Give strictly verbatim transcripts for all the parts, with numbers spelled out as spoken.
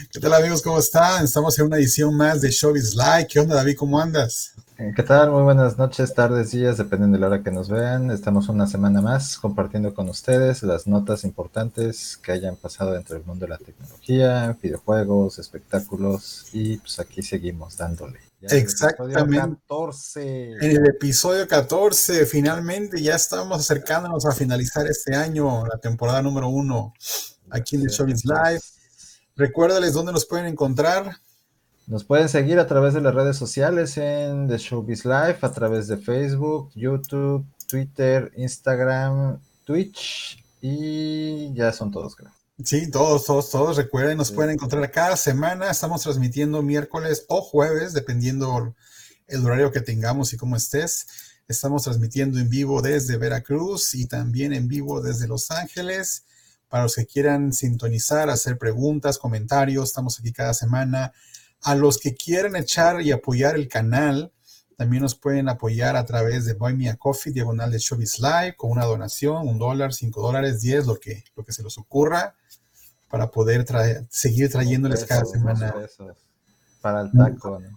¿Qué tal amigos? ¿Cómo están? Estamos en una edición más de Showbiz Live. ¿Qué onda, David? ¿Cómo andas? ¿Qué tal? Muy buenas noches, tardes, días, dependen de la hora que nos vean. Estamos una semana más compartiendo con ustedes las notas importantes que hayan pasado dentro del mundo de la tecnología, videojuegos, espectáculos y pues aquí seguimos dándole. Ya en el episodio Exactamente. catorce. En el episodio catorce, finalmente ya estamos acercándonos a finalizar este año, la temporada número uno, aquí en el Así Showbiz Live. es. Recuérdales dónde nos pueden encontrar. Nos pueden seguir a través de las redes sociales en The Showbiz Live, a través de Facebook, YouTube, Twitter, Instagram, Twitch y ya son todos, creo. Sí, todos, todos, todos. Recuerden, nos Sí. pueden encontrar cada semana. Estamos transmitiendo miércoles o jueves, dependiendo el horario que tengamos y cómo estés. Estamos transmitiendo en vivo desde Veracruz y también en vivo desde Los Ángeles. Para los que quieran sintonizar, hacer preguntas, comentarios, estamos aquí cada semana. A los que quieran echar y apoyar el canal, también nos pueden apoyar a través de Buy Me a Coffee, diagonal de Showbiz Live, con una donación, un dólar, cinco dólares, diez, lo que, lo que se les ocurra, para poder traer, seguir Un trayéndoles cada peso, dos semana. pesos para el taco, ¿no?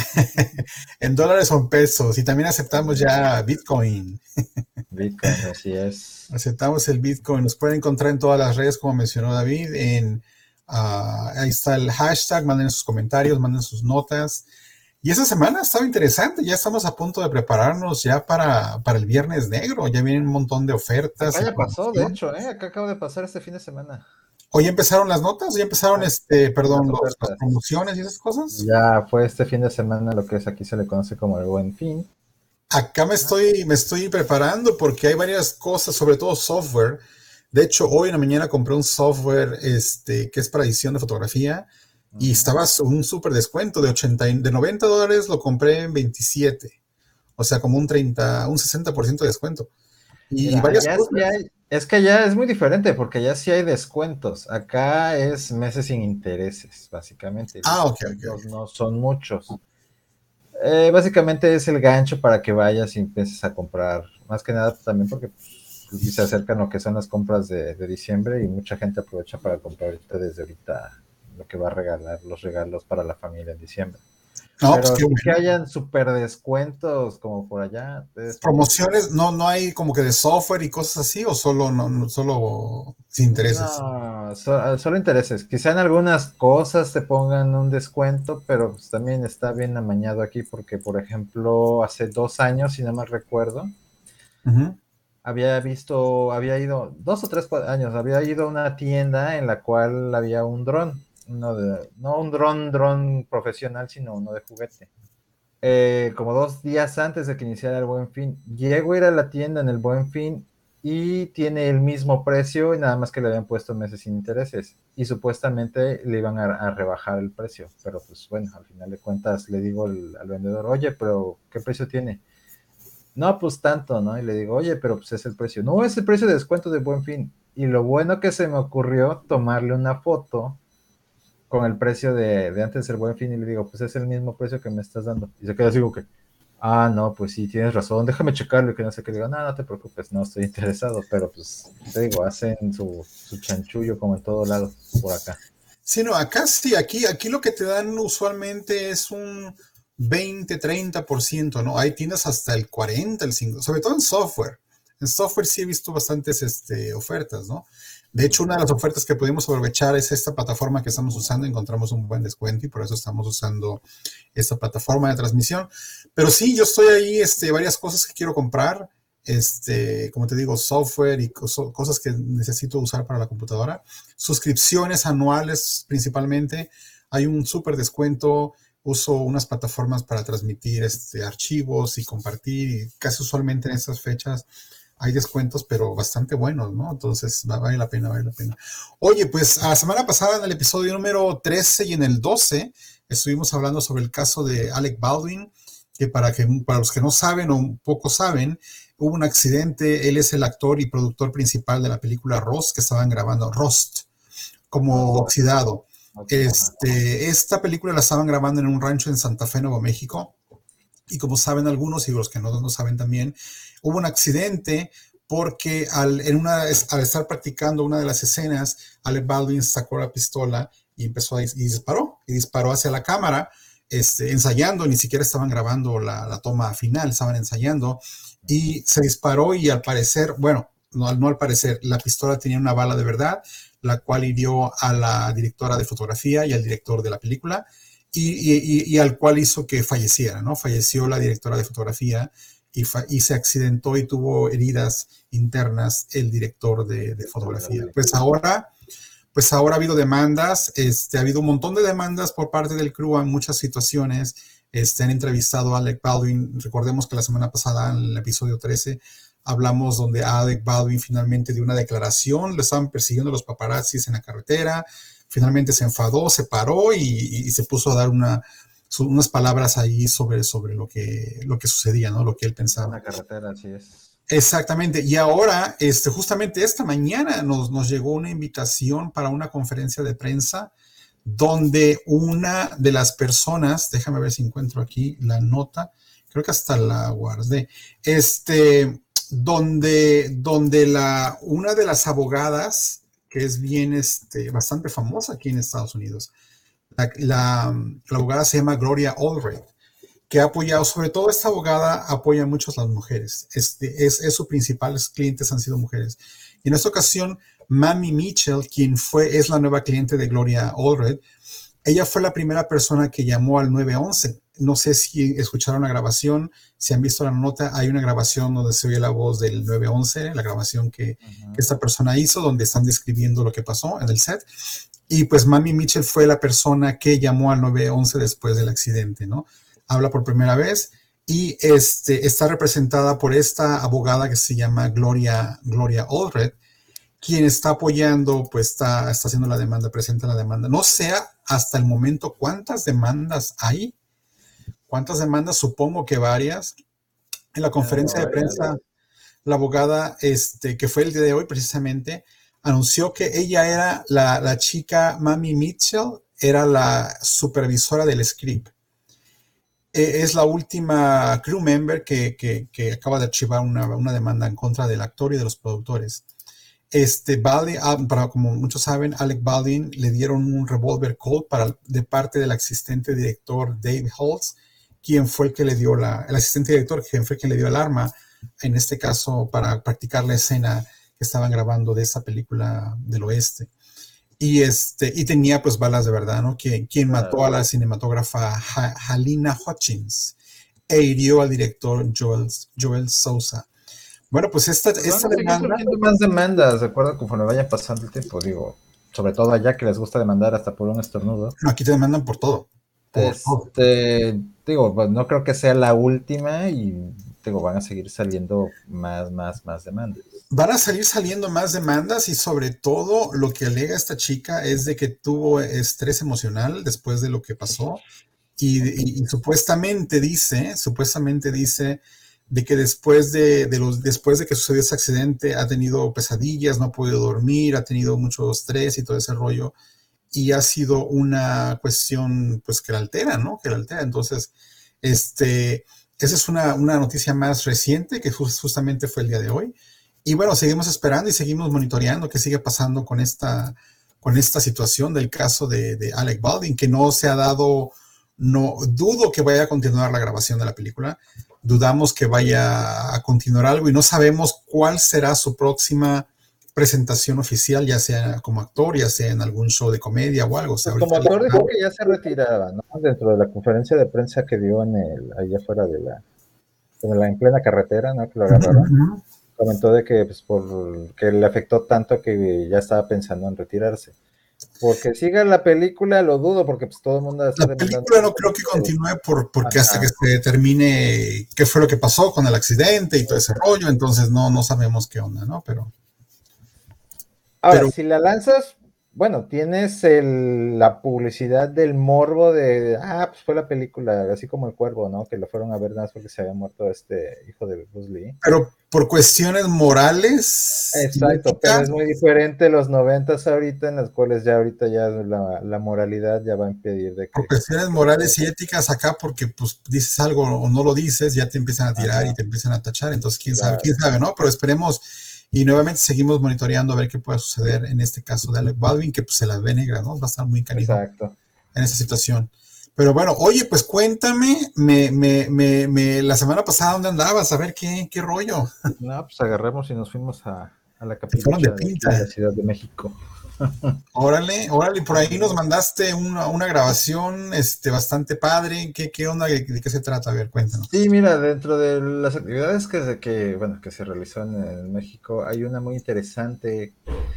En dólares o en pesos. Y también aceptamos ya Bitcoin. Bitcoin, así es. Aceptamos el Bitcoin. Nos pueden encontrar en todas las redes, como mencionó David. En, uh, ahí está el hashtag. Manden sus comentarios, manden sus notas. Y esta semana estaba interesante. Ya estamos a punto de prepararnos ya para, para el Viernes Negro. Ya vienen un montón de ofertas Acá y ya pasó, de promoción. hecho, ¿eh? Acá acabo de pasar este fin de semana. Hoy empezaron las notas, ya empezaron, Ah, este, perdón, las los, las ofertas. promociones y esas cosas. Ya fue este fin de semana lo que es aquí se le conoce como el Buen Fin. Acá me Ah, estoy, me estoy preparando porque hay varias cosas, sobre todo software. De hecho, hoy en la mañana compré un software este, que es para edición de fotografía y ujú. estaba un súper descuento de ochenta, de noventa dólares, lo compré en veintisiete. O sea, como un treinta, un sesenta por ciento de descuento. Y Mira, varias allá sí cosas. hay, es que allá es muy diferente porque allá sí hay descuentos. Acá es meses sin intereses, básicamente, y los Ah, ok, ok, descuentos ok. no son muchos. Eh, básicamente es el gancho para que vayas y empieces a comprar. Más que nada también porque pues, se acercan lo que son las compras de, de diciembre y mucha gente aprovecha para comprar ahorita desde ahorita lo que va a regalar, los regalos para la familia en diciembre. No, pues Pero qué sí que bueno. hayan super descuentos como por allá, es muy difícil. Promociones, no, no hay como que de software y cosas así, o solo, no, no, solo sin intereses. No, so- solo intereses. Quizá en algunas cosas te pongan un descuento, pero pues también está bien amañado aquí porque, por ejemplo, hace dos años, si no mal recuerdo, Ujú. había visto, había ido, dos o tres años, había ido a una tienda en la cual había un dron, uno de, no un dron, dron profesional, sino uno de juguete. Eh, como dos días antes de que iniciara el Buen Fin, llego a ir a la tienda en el Buen Fin y tiene el mismo precio y nada más que le habían puesto meses sin intereses y supuestamente le iban a, a rebajar el precio, pero pues bueno, al final de cuentas le digo al, al vendedor, oye, pero ¿qué precio tiene? No, pues tanto, ¿no? Y le digo, oye, pero pues es el precio. No, es el precio de descuento de Buen Fin. Y lo bueno que se me ocurrió tomarle una foto con el precio de, de antes del Buen Fin y le digo, pues es el mismo precio que me estás dando. Y se queda así como que, ah, no, pues sí, tienes razón, déjame checarlo y que no sé qué. Le digo, no, no te preocupes, no estoy interesado, pero pues te digo, hacen su, su chanchullo como en todo lado por acá. Sí, no, acá sí, aquí, aquí lo que te dan usualmente es un veinte, treinta por ciento, ¿no? Hay tiendas hasta el cuarenta, el cinco, sobre todo en software. En software sí he visto bastantes este, ofertas, ¿no? De hecho, una de las ofertas que pudimos aprovechar es esta plataforma que estamos usando, encontramos un buen descuento y por eso estamos usando esta plataforma de transmisión. Pero sí, yo estoy ahí, este, varias cosas que quiero comprar, este, como te digo, software y cos- cosas que necesito usar para la computadora, suscripciones anuales principalmente. Hay un súper descuento. Uso unas plataformas para transmitir este, archivos y compartir. Y casi usualmente en estas fechas hay descuentos, pero bastante buenos, ¿no? Entonces vale la pena, vale la pena. Oye, pues la semana pasada en el episodio número trece y en el doce estuvimos hablando sobre el caso de Alec Baldwin, que para, que para los que no saben o poco saben, hubo un accidente. Él es el actor y productor principal de la película Rust que estaban grabando, Rust, como Rostro, oxidado. ok, ajá. Este, esta película la estaban grabando en un rancho en Santa Fe, Nuevo México. Y como saben algunos y los que no, no saben también, hubo un accidente porque al, en una, al estar practicando una de las escenas, Alec Baldwin sacó la pistola y empezó a y disparó, y disparó hacia la cámara, este, ensayando, ni siquiera estaban grabando la, la toma final, estaban ensayando, y se disparó y al parecer, bueno, no, no al parecer, la pistola tenía una bala de verdad, la cual hirió a la directora de fotografía y al director de la película, y, y, y al cual hizo que falleciera, ¿no? Falleció la directora de fotografía y, fa y se accidentó y tuvo heridas internas el director de, de fotografía. Pues ahora, pues ahora ha habido demandas, este, ha habido un montón de demandas por parte del crew en muchas situaciones. Este, han entrevistado a Alec Baldwin. Recordemos que la semana pasada, en el episodio trece, hablamos donde Alec Baldwin finalmente dio una declaración, lo estaban persiguiendo los paparazzis en la carretera, finalmente se enfadó, se paró y, y se puso a dar una, su, unas palabras ahí sobre, sobre lo, que, lo que sucedía, ¿no? Lo que él pensaba. En la carretera, así es. Exactamente, y ahora, este, justamente esta mañana nos, nos llegó una invitación para una conferencia de prensa donde una de las personas, déjame ver si encuentro aquí la nota, creo que hasta la guardé, este, donde, donde la, una de las abogadas, que es bien, este, bastante famosa aquí en Estados Unidos, la, la, la abogada se llama Gloria Allred, que ha apoyado, sobre todo esta abogada apoya mucho a las mujeres, este, es, es sus principales clientes han sido mujeres. Y en esta ocasión, Mamie Mitchell, quien fue, es la nueva cliente de Gloria Allred, ella fue la primera persona que llamó al nueve once. No sé si escucharon la grabación, si han visto la nota, hay una grabación donde se oye la voz del nueve once, la grabación que, uh-huh. que esta persona hizo, donde están describiendo lo que pasó en el set. Y pues Mamie Mitchell fue la persona que llamó al nueve once después del accidente, ¿no? Habla por primera vez y este, está representada por esta abogada que se llama Gloria, Gloria Allred, quien está apoyando, pues está, está haciendo la demanda, presenta la demanda. No sé hasta el momento cuántas demandas hay, cuántas demandas, supongo que varias. En la conferencia de prensa, la abogada, este, que fue el día de hoy precisamente, anunció que ella era la, la chica, Mamie Mitchell, era la supervisora del script. Es la última crew member que, que, que acaba de archivar una, una demanda en contra del actor y de los productores. Este, Baldwin, para, como muchos saben, Alec Baldwin le dieron un revolver Colt para, de parte del asistente director Dave Holtz, quien fue el que le dio la, el asistente director, quien fue quien le dio el arma, en este caso para practicar la escena que estaban grabando de esa película del oeste. Y, este, y tenía pues balas de verdad, ¿no? Quien, quien mató a la cinematógrafa ha Halyna Hutchins e hirió al director Joel, Joel Souza. Bueno, pues esta, pues esta demanda... más demandas, de acuerdo, conforme vaya pasando el tiempo, digo, sobre todo allá que les gusta demandar hasta por un estornudo. No, aquí te demandan por todo. Por este, todo. Digo, pues no creo que sea la última y digo, van a seguir saliendo más, más, más demandas. Van a salir saliendo más demandas y sobre todo lo que alega esta chica es de que tuvo estrés emocional después de lo que pasó y, y, y supuestamente dice, supuestamente dice de que después de, de los, después de que sucedió ese accidente ha tenido pesadillas, no ha podido dormir, ha tenido mucho estrés y todo ese rollo y ha sido una cuestión pues que la altera, ¿no? Que la altera. Entonces, este, esa es una, una noticia más reciente que justamente fue el día de hoy. Y bueno, seguimos esperando y seguimos monitoreando qué sigue pasando con esta, con esta situación del caso de, de Alec Baldwin, que no se ha dado, no dudo que vaya a continuar la grabación de la película, dudamos que vaya a continuar algo y no sabemos cuál será su próxima presentación oficial, ya sea como actor, ya sea en algún show de comedia o algo. O sea, pues como actor dijo que ya se retiraba, ¿no? Dentro de la conferencia de prensa que dio en el, allá afuera de la, en, la en plena carretera, ¿no? Que lo agarraron. Uh-huh. Comentó de que, pues, por, que le afectó tanto que ya estaba pensando en retirarse. Porque siga la película, lo dudo, porque pues todo el mundo está la película no creo que continúe por, porque Ajá. hasta que se determine qué fue lo que pasó con el accidente y todo ese rollo, entonces no, no sabemos qué onda, ¿no? Pero... Ahora, pero, si la lanzas, bueno, tienes el, la publicidad del morbo de, ah, pues fue la película, así como El Cuervo, ¿no? Que lo fueron a ver nada más porque se había muerto este hijo de Bruce Lee. Pero por cuestiones morales y Exacto, pero es éticas, muy diferente los noventas ahorita, en las cuales ya ahorita ya la, la moralidad ya va a impedir de por que, cuestiones que lo puedas morales y hacer. éticas acá, porque pues dices algo o no lo dices, ya te empiezan a tirar y Ajá, te empiezan a tachar, entonces quién sabe, quién claro, sabe, ¿no? Pero esperemos y nuevamente seguimos monitoreando a ver qué puede suceder en este caso de Alec Baldwin, que pues se las ve negra, ¿no? Va a estar muy canijo exacto. en esa situación. Pero bueno, oye, pues cuéntame, me, me, me, me, la semana pasada, ¿dónde andabas? A ver qué, qué rollo. No, pues agarramos y nos fuimos a, a la Te fueron de capirucha de aquí de la pinta. Ciudad de México. Órale, órale, por ahí nos mandaste una, una grabación este, bastante padre. ¿Qué, qué onda? ¿De, de qué se trata? A ver, Sí, cuéntanos. mira, dentro de las actividades que se, que, bueno, que se realizó en, en México, hay una muy interesante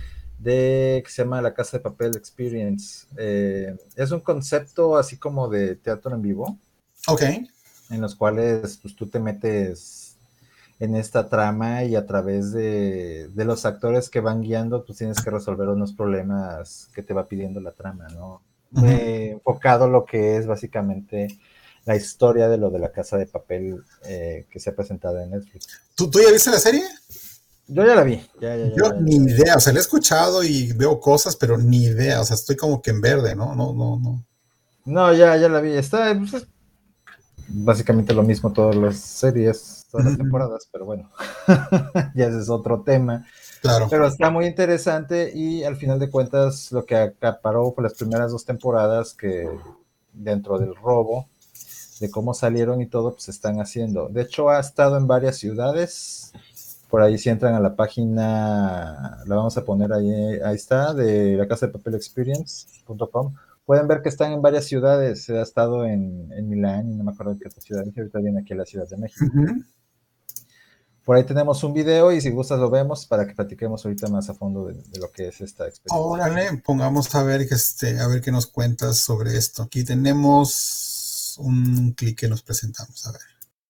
de que se llama La Casa de Papel Experience. Eh, es un concepto así como de teatro en vivo, Ok. en los cuales pues, tú te metes en esta trama y a través de, de los actores que van guiando, pues tienes que resolver unos problemas que te va pidiendo la trama, ¿no? Ujú. Muy enfocado lo que es básicamente la historia de lo de La Casa de Papel eh, que se ha presentado en Netflix. ¿Tú, ¿Tú ya viste la serie? Yo ya la vi, ya, ya, ya, Yo ya, ni ya. idea, o sea, la he escuchado y veo cosas, pero ni idea, o sea, estoy como que en verde, ¿no? No, no, no. No, ya, ya la vi. Está pues, es básicamente lo mismo todas las series, todas Ujú, las ujú. temporadas, pero bueno, ya ese es otro tema. Claro. Pero está muy interesante y al final de cuentas lo que acaparó por las primeras dos temporadas que dentro del robo, de cómo salieron y todo, pues están haciendo. De hecho, ha estado en varias ciudades. Por ahí si entran a la página, la vamos a poner ahí, ahí está, de la casa de papel experience punto com. Pueden ver que están en varias ciudades. Ha estado en, en Milán y no me acuerdo en qué otra ciudad. Y ahorita viene aquí a la Ciudad de México. Ujú. Por ahí tenemos un video y si gustas lo vemos para que platiquemos ahorita más a fondo de, de lo que es esta experiencia. Órale, pongamos a ver, que este, a ver qué nos cuentas sobre esto. Aquí tenemos un clic que nos presentamos, a ver.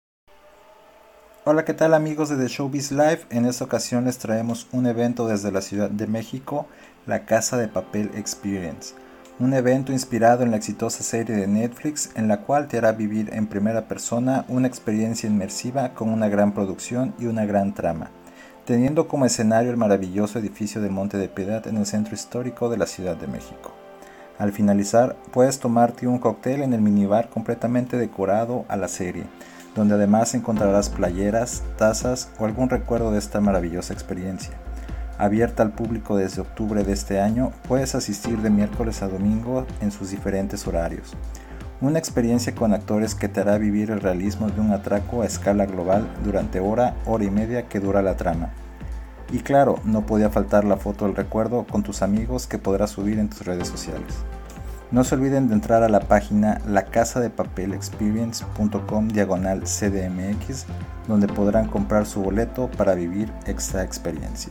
Hola, ¿qué tal amigos de The Showbiz Live? En esta ocasión les traemos un evento desde la Ciudad de México, la Casa de Papel Experience. Un evento inspirado en la exitosa serie de Netflix en la cual te hará vivir en primera persona una experiencia inmersiva con una gran producción y una gran trama, teniendo como escenario el maravilloso edificio del Monte de Piedad en el centro histórico de la Ciudad de México. Al finalizar, puedes tomarte un cóctel en el minibar completamente decorado a la serie, donde además encontrarás playeras, tazas o algún recuerdo de esta maravillosa experiencia. Abierta al público desde octubre de este año, puedes asistir de miércoles a domingo en sus diferentes horarios. Una experiencia con actores que te hará vivir el realismo de un atraco a escala global durante hora, hora y media que dura la trama. Y claro, no podía faltar la foto del recuerdo con tus amigos que podrás subir en tus redes sociales. No se olviden de entrar a la página lacasadepapelexperience punto com diagonal C D M X, donde podrán comprar su boleto para vivir esta experiencia.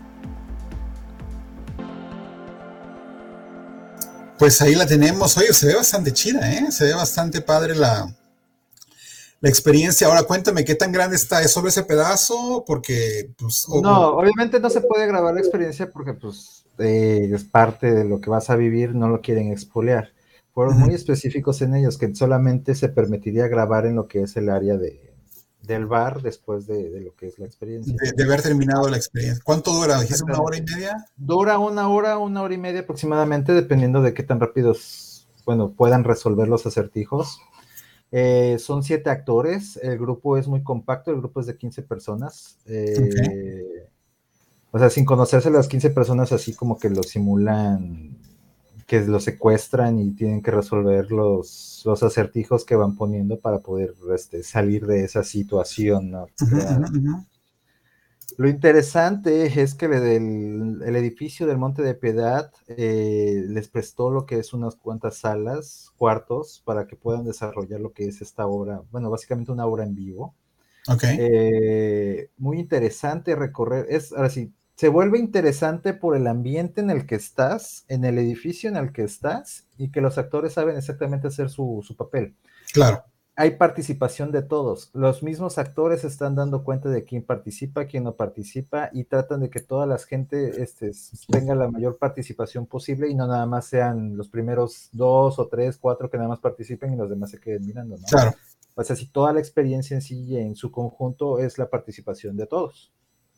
Pues ahí la tenemos. Oye, se ve bastante chida, ¿eh? Se ve bastante padre la, la experiencia. Ahora cuéntame, ¿qué tan grande está? ¿Es sobre ese pedazo? Porque, pues, o- o- No, obviamente no se puede grabar la experiencia porque pues eh, es parte de lo que vas a vivir, no lo quieren expoliar. Fueron ujú, muy específicos en ellos que solamente se permitiría grabar en lo que es el área de, del bar después de, de lo que es la experiencia. de, de haber terminado la experiencia. ¿Cuánto dura? ¿Dijiste una hora y Exactamente. media? Dura una hora, una hora y media aproximadamente, dependiendo de qué tan rápidos, bueno, puedan resolver los acertijos. Eh, son siete actores, el grupo es muy compacto, el grupo es de quince personas. Ok. Eh, o sea, sin conocerse las quince personas, así como que lo simulan, que lo secuestran y tienen que resolver los, los acertijos que van poniendo para poder este, salir de esa situación, ¿no? Ujú, ujú, Creada. ujú. Lo interesante es que el, el edificio del Monte de Piedad eh, les prestó lo que es unas cuantas salas, cuartos, para que puedan desarrollar lo que es esta obra, bueno, básicamente una obra en vivo. Ok, Eh, muy interesante recorrer, es, ahora sí, se vuelve interesante por el ambiente en el que estás, en el edificio en el que estás, y que los actores saben exactamente hacer su, su papel. claro. hay participación de todos. Los mismos actores se están dando cuenta de quién participa, quién no participa, y tratan de que toda la gente este, tenga la mayor participación posible y no nada más sean los primeros dos o tres, cuatro que nada más participen y los demás se queden mirando, ¿no? Claro. O sea, si toda la experiencia en sí, en su conjunto, es la participación de todos.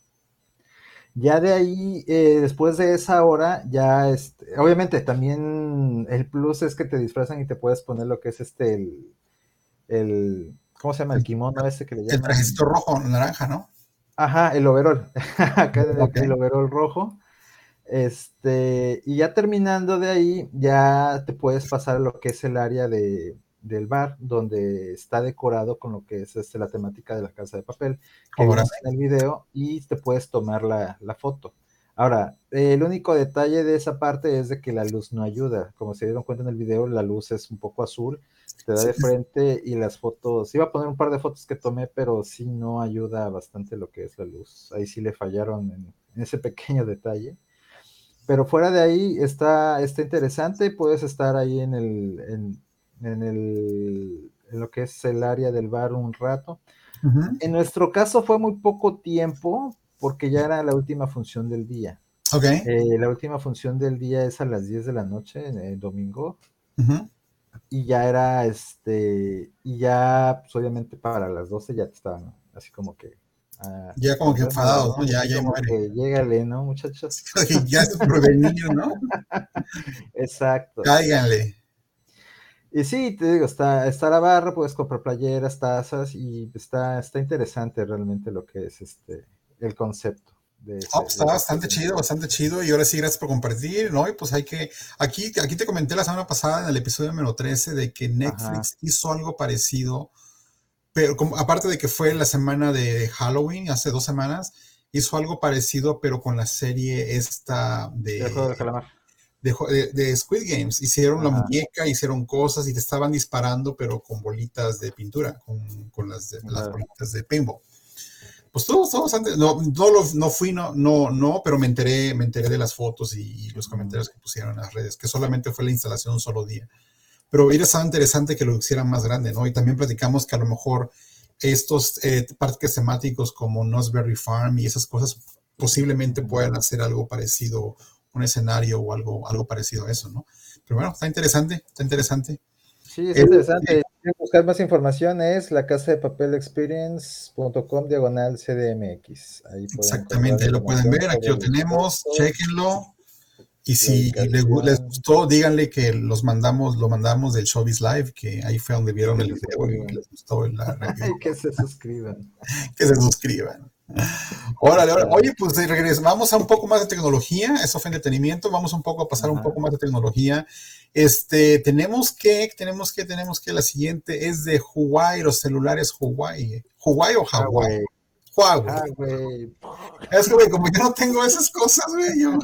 Ya de ahí, eh, después de esa hora, ya, este, obviamente, también el plus es que te disfrazan y te puedes poner lo que es este, el, el ¿cómo se llama? El El, kimono ese que le el llaman. trajecito rojo, naranja, ¿no? Ajá, el overall. Acá el, Okay. el overall rojo. Este, y ya terminando de ahí, ya te puedes pasar a lo que es el área de, del bar, donde está decorado con lo que es este, la temática de la Casa de Papel, que Ahora vimos sí. en el video, y te puedes tomar la, la foto. Ahora, eh, el único detalle de esa parte es de que la luz no ayuda. Como se dieron cuenta en el video, la luz es un poco azul, te da Sí. de frente y las fotos, iba a poner un par de fotos que tomé, pero sí no ayuda bastante lo que es la luz. Ahí sí le fallaron en, en ese pequeño detalle. Pero fuera de ahí está, está interesante, puedes estar ahí en el, en, en el, en lo que es el área del bar un rato. Uh-huh. En nuestro caso fue muy poco tiempo porque ya era la última función del día. Okay. Eh, la última función del día es a las diez de la noche, el domingo, Uh-huh. y ya era, este, y ya, pues obviamente para las doce ya te estaban así como que, ah, Ya como nos que vemos, enfadados, ¿no? ¿no? Ya, Así ya como muere. que llégale, ¿no, muchachos? Ya es por venir, ¿no? Exacto. Cáiganle. Y sí, te digo, está, está la barra, puedes comprar playeras, tazas, y está, está interesante realmente lo que es este, el concepto de Oh, ese, pues de está ese bastante experimento. chido, bastante chido. Y ahora sí, gracias por compartir, ¿no? Y pues hay que. Aquí, aquí te comenté la semana pasada en el episodio número trece de que Ajá. Netflix hizo algo parecido, pero como, aparte de que fue la semana de Halloween, hace dos semanas, hizo algo parecido, pero con la serie esta El juego de, del calamar. de, de- de Squid Games. Hicieron la Ajá. muñeca, hicieron cosas y te estaban disparando, pero con bolitas de pintura, con, con las, de- las Claro. bolitas de paintball. Pues todos, todos antes, no, no, lo- no fui, no, no, no, pero me enteré, me enteré de las fotos y, y los Mm. comentarios que pusieron en las redes, que solamente fue la instalación un solo día. Pero hubiera estado interesante que lo hicieran más grande, ¿no? Y también platicamos que a lo mejor estos eh, parques temáticos como Nosberry Farm y esas cosas posiblemente Ujú. puedan hacer algo parecido, un escenario o algo, algo parecido a eso, ¿no? Pero bueno, está interesante, está interesante. Sí, es Eh, interesante. Si quieren buscar más información es la casa de papel experience punto com diagonal C D M X. Ahí pueden encontrar exactamente, ahí lo pueden información ver, aquí sobre lo los tenemos, costos, chequenlo. Y la si les, les ubicación, gustó, díganle que los mandamos, lo mandamos del Showbiz Live, que ahí fue donde y vieron que el se video y suscriban. les gustó la review. Y que se suscriban. Que se suscriban. Órale, órale. Oye, Exacto. pues de regreso, vamos a un poco más de tecnología, eso fue entretenimiento, vamos un poco a pasar un poco Ajá. más de tecnología. Este, tenemos que, tenemos que, tenemos que, la siguiente es de Huawei, los celulares Huawei. ¿Huawei o Huawei? Huawei. Huawei. Huawei. Es que, güey, como yo no tengo esas cosas, güey, yo, o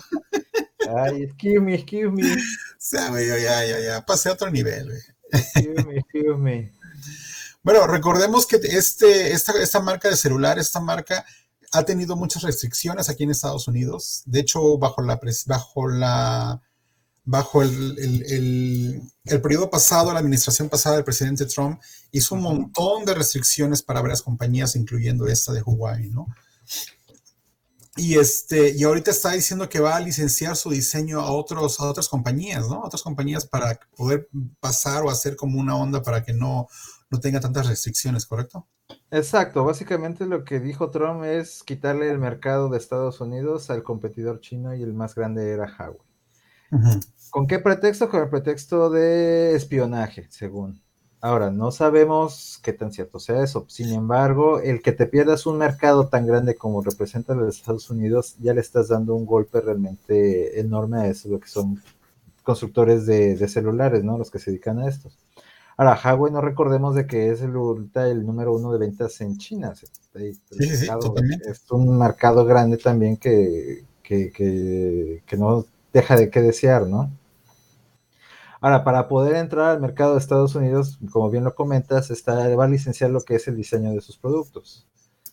Ay, excuse me, excuse me. sea, güey, yo ya, ya, ya, pasé a otro nivel, güey. Excuse me, excuse me. Bueno, recordemos que este, esta, esta marca de celular, esta marca ha tenido muchas restricciones aquí en Estados Unidos. De hecho, bajo la, bajo la, bajo el, el, el, el periodo pasado, la administración pasada del presidente Trump hizo un Ajá. montón de restricciones para varias compañías, incluyendo esta de Huawei, ¿no? Y, este, y ahorita está diciendo que va a licenciar su diseño a, otros, a otras compañías, ¿no? A otras compañías para poder pasar o hacer como una onda para que no, no tenga tantas restricciones, ¿correcto? Exacto, básicamente lo que dijo Trump es quitarle el mercado de Estados Unidos al competidor chino y el más grande era Huawei. Uh-huh. ¿Con qué pretexto? Con el pretexto de espionaje, según. Ahora, no sabemos qué tan cierto sea eso. Sin embargo, el que te pierdas un mercado tan grande como representa los Estados Unidos, ya le estás dando un golpe realmente enorme a eso, lo que son constructores de, de celulares, ¿no? Los que se dedican a estos. Ahora, Huawei, no recordemos de que es el, el número uno de ventas en China. El Sí, sí, sí, mercado totalmente. es un mercado grande también que, que, que, que no deja de qué desear, ¿no? Ahora, para poder entrar al mercado de Estados Unidos, como bien lo comentas, está, va a licenciar lo que es el diseño de sus productos.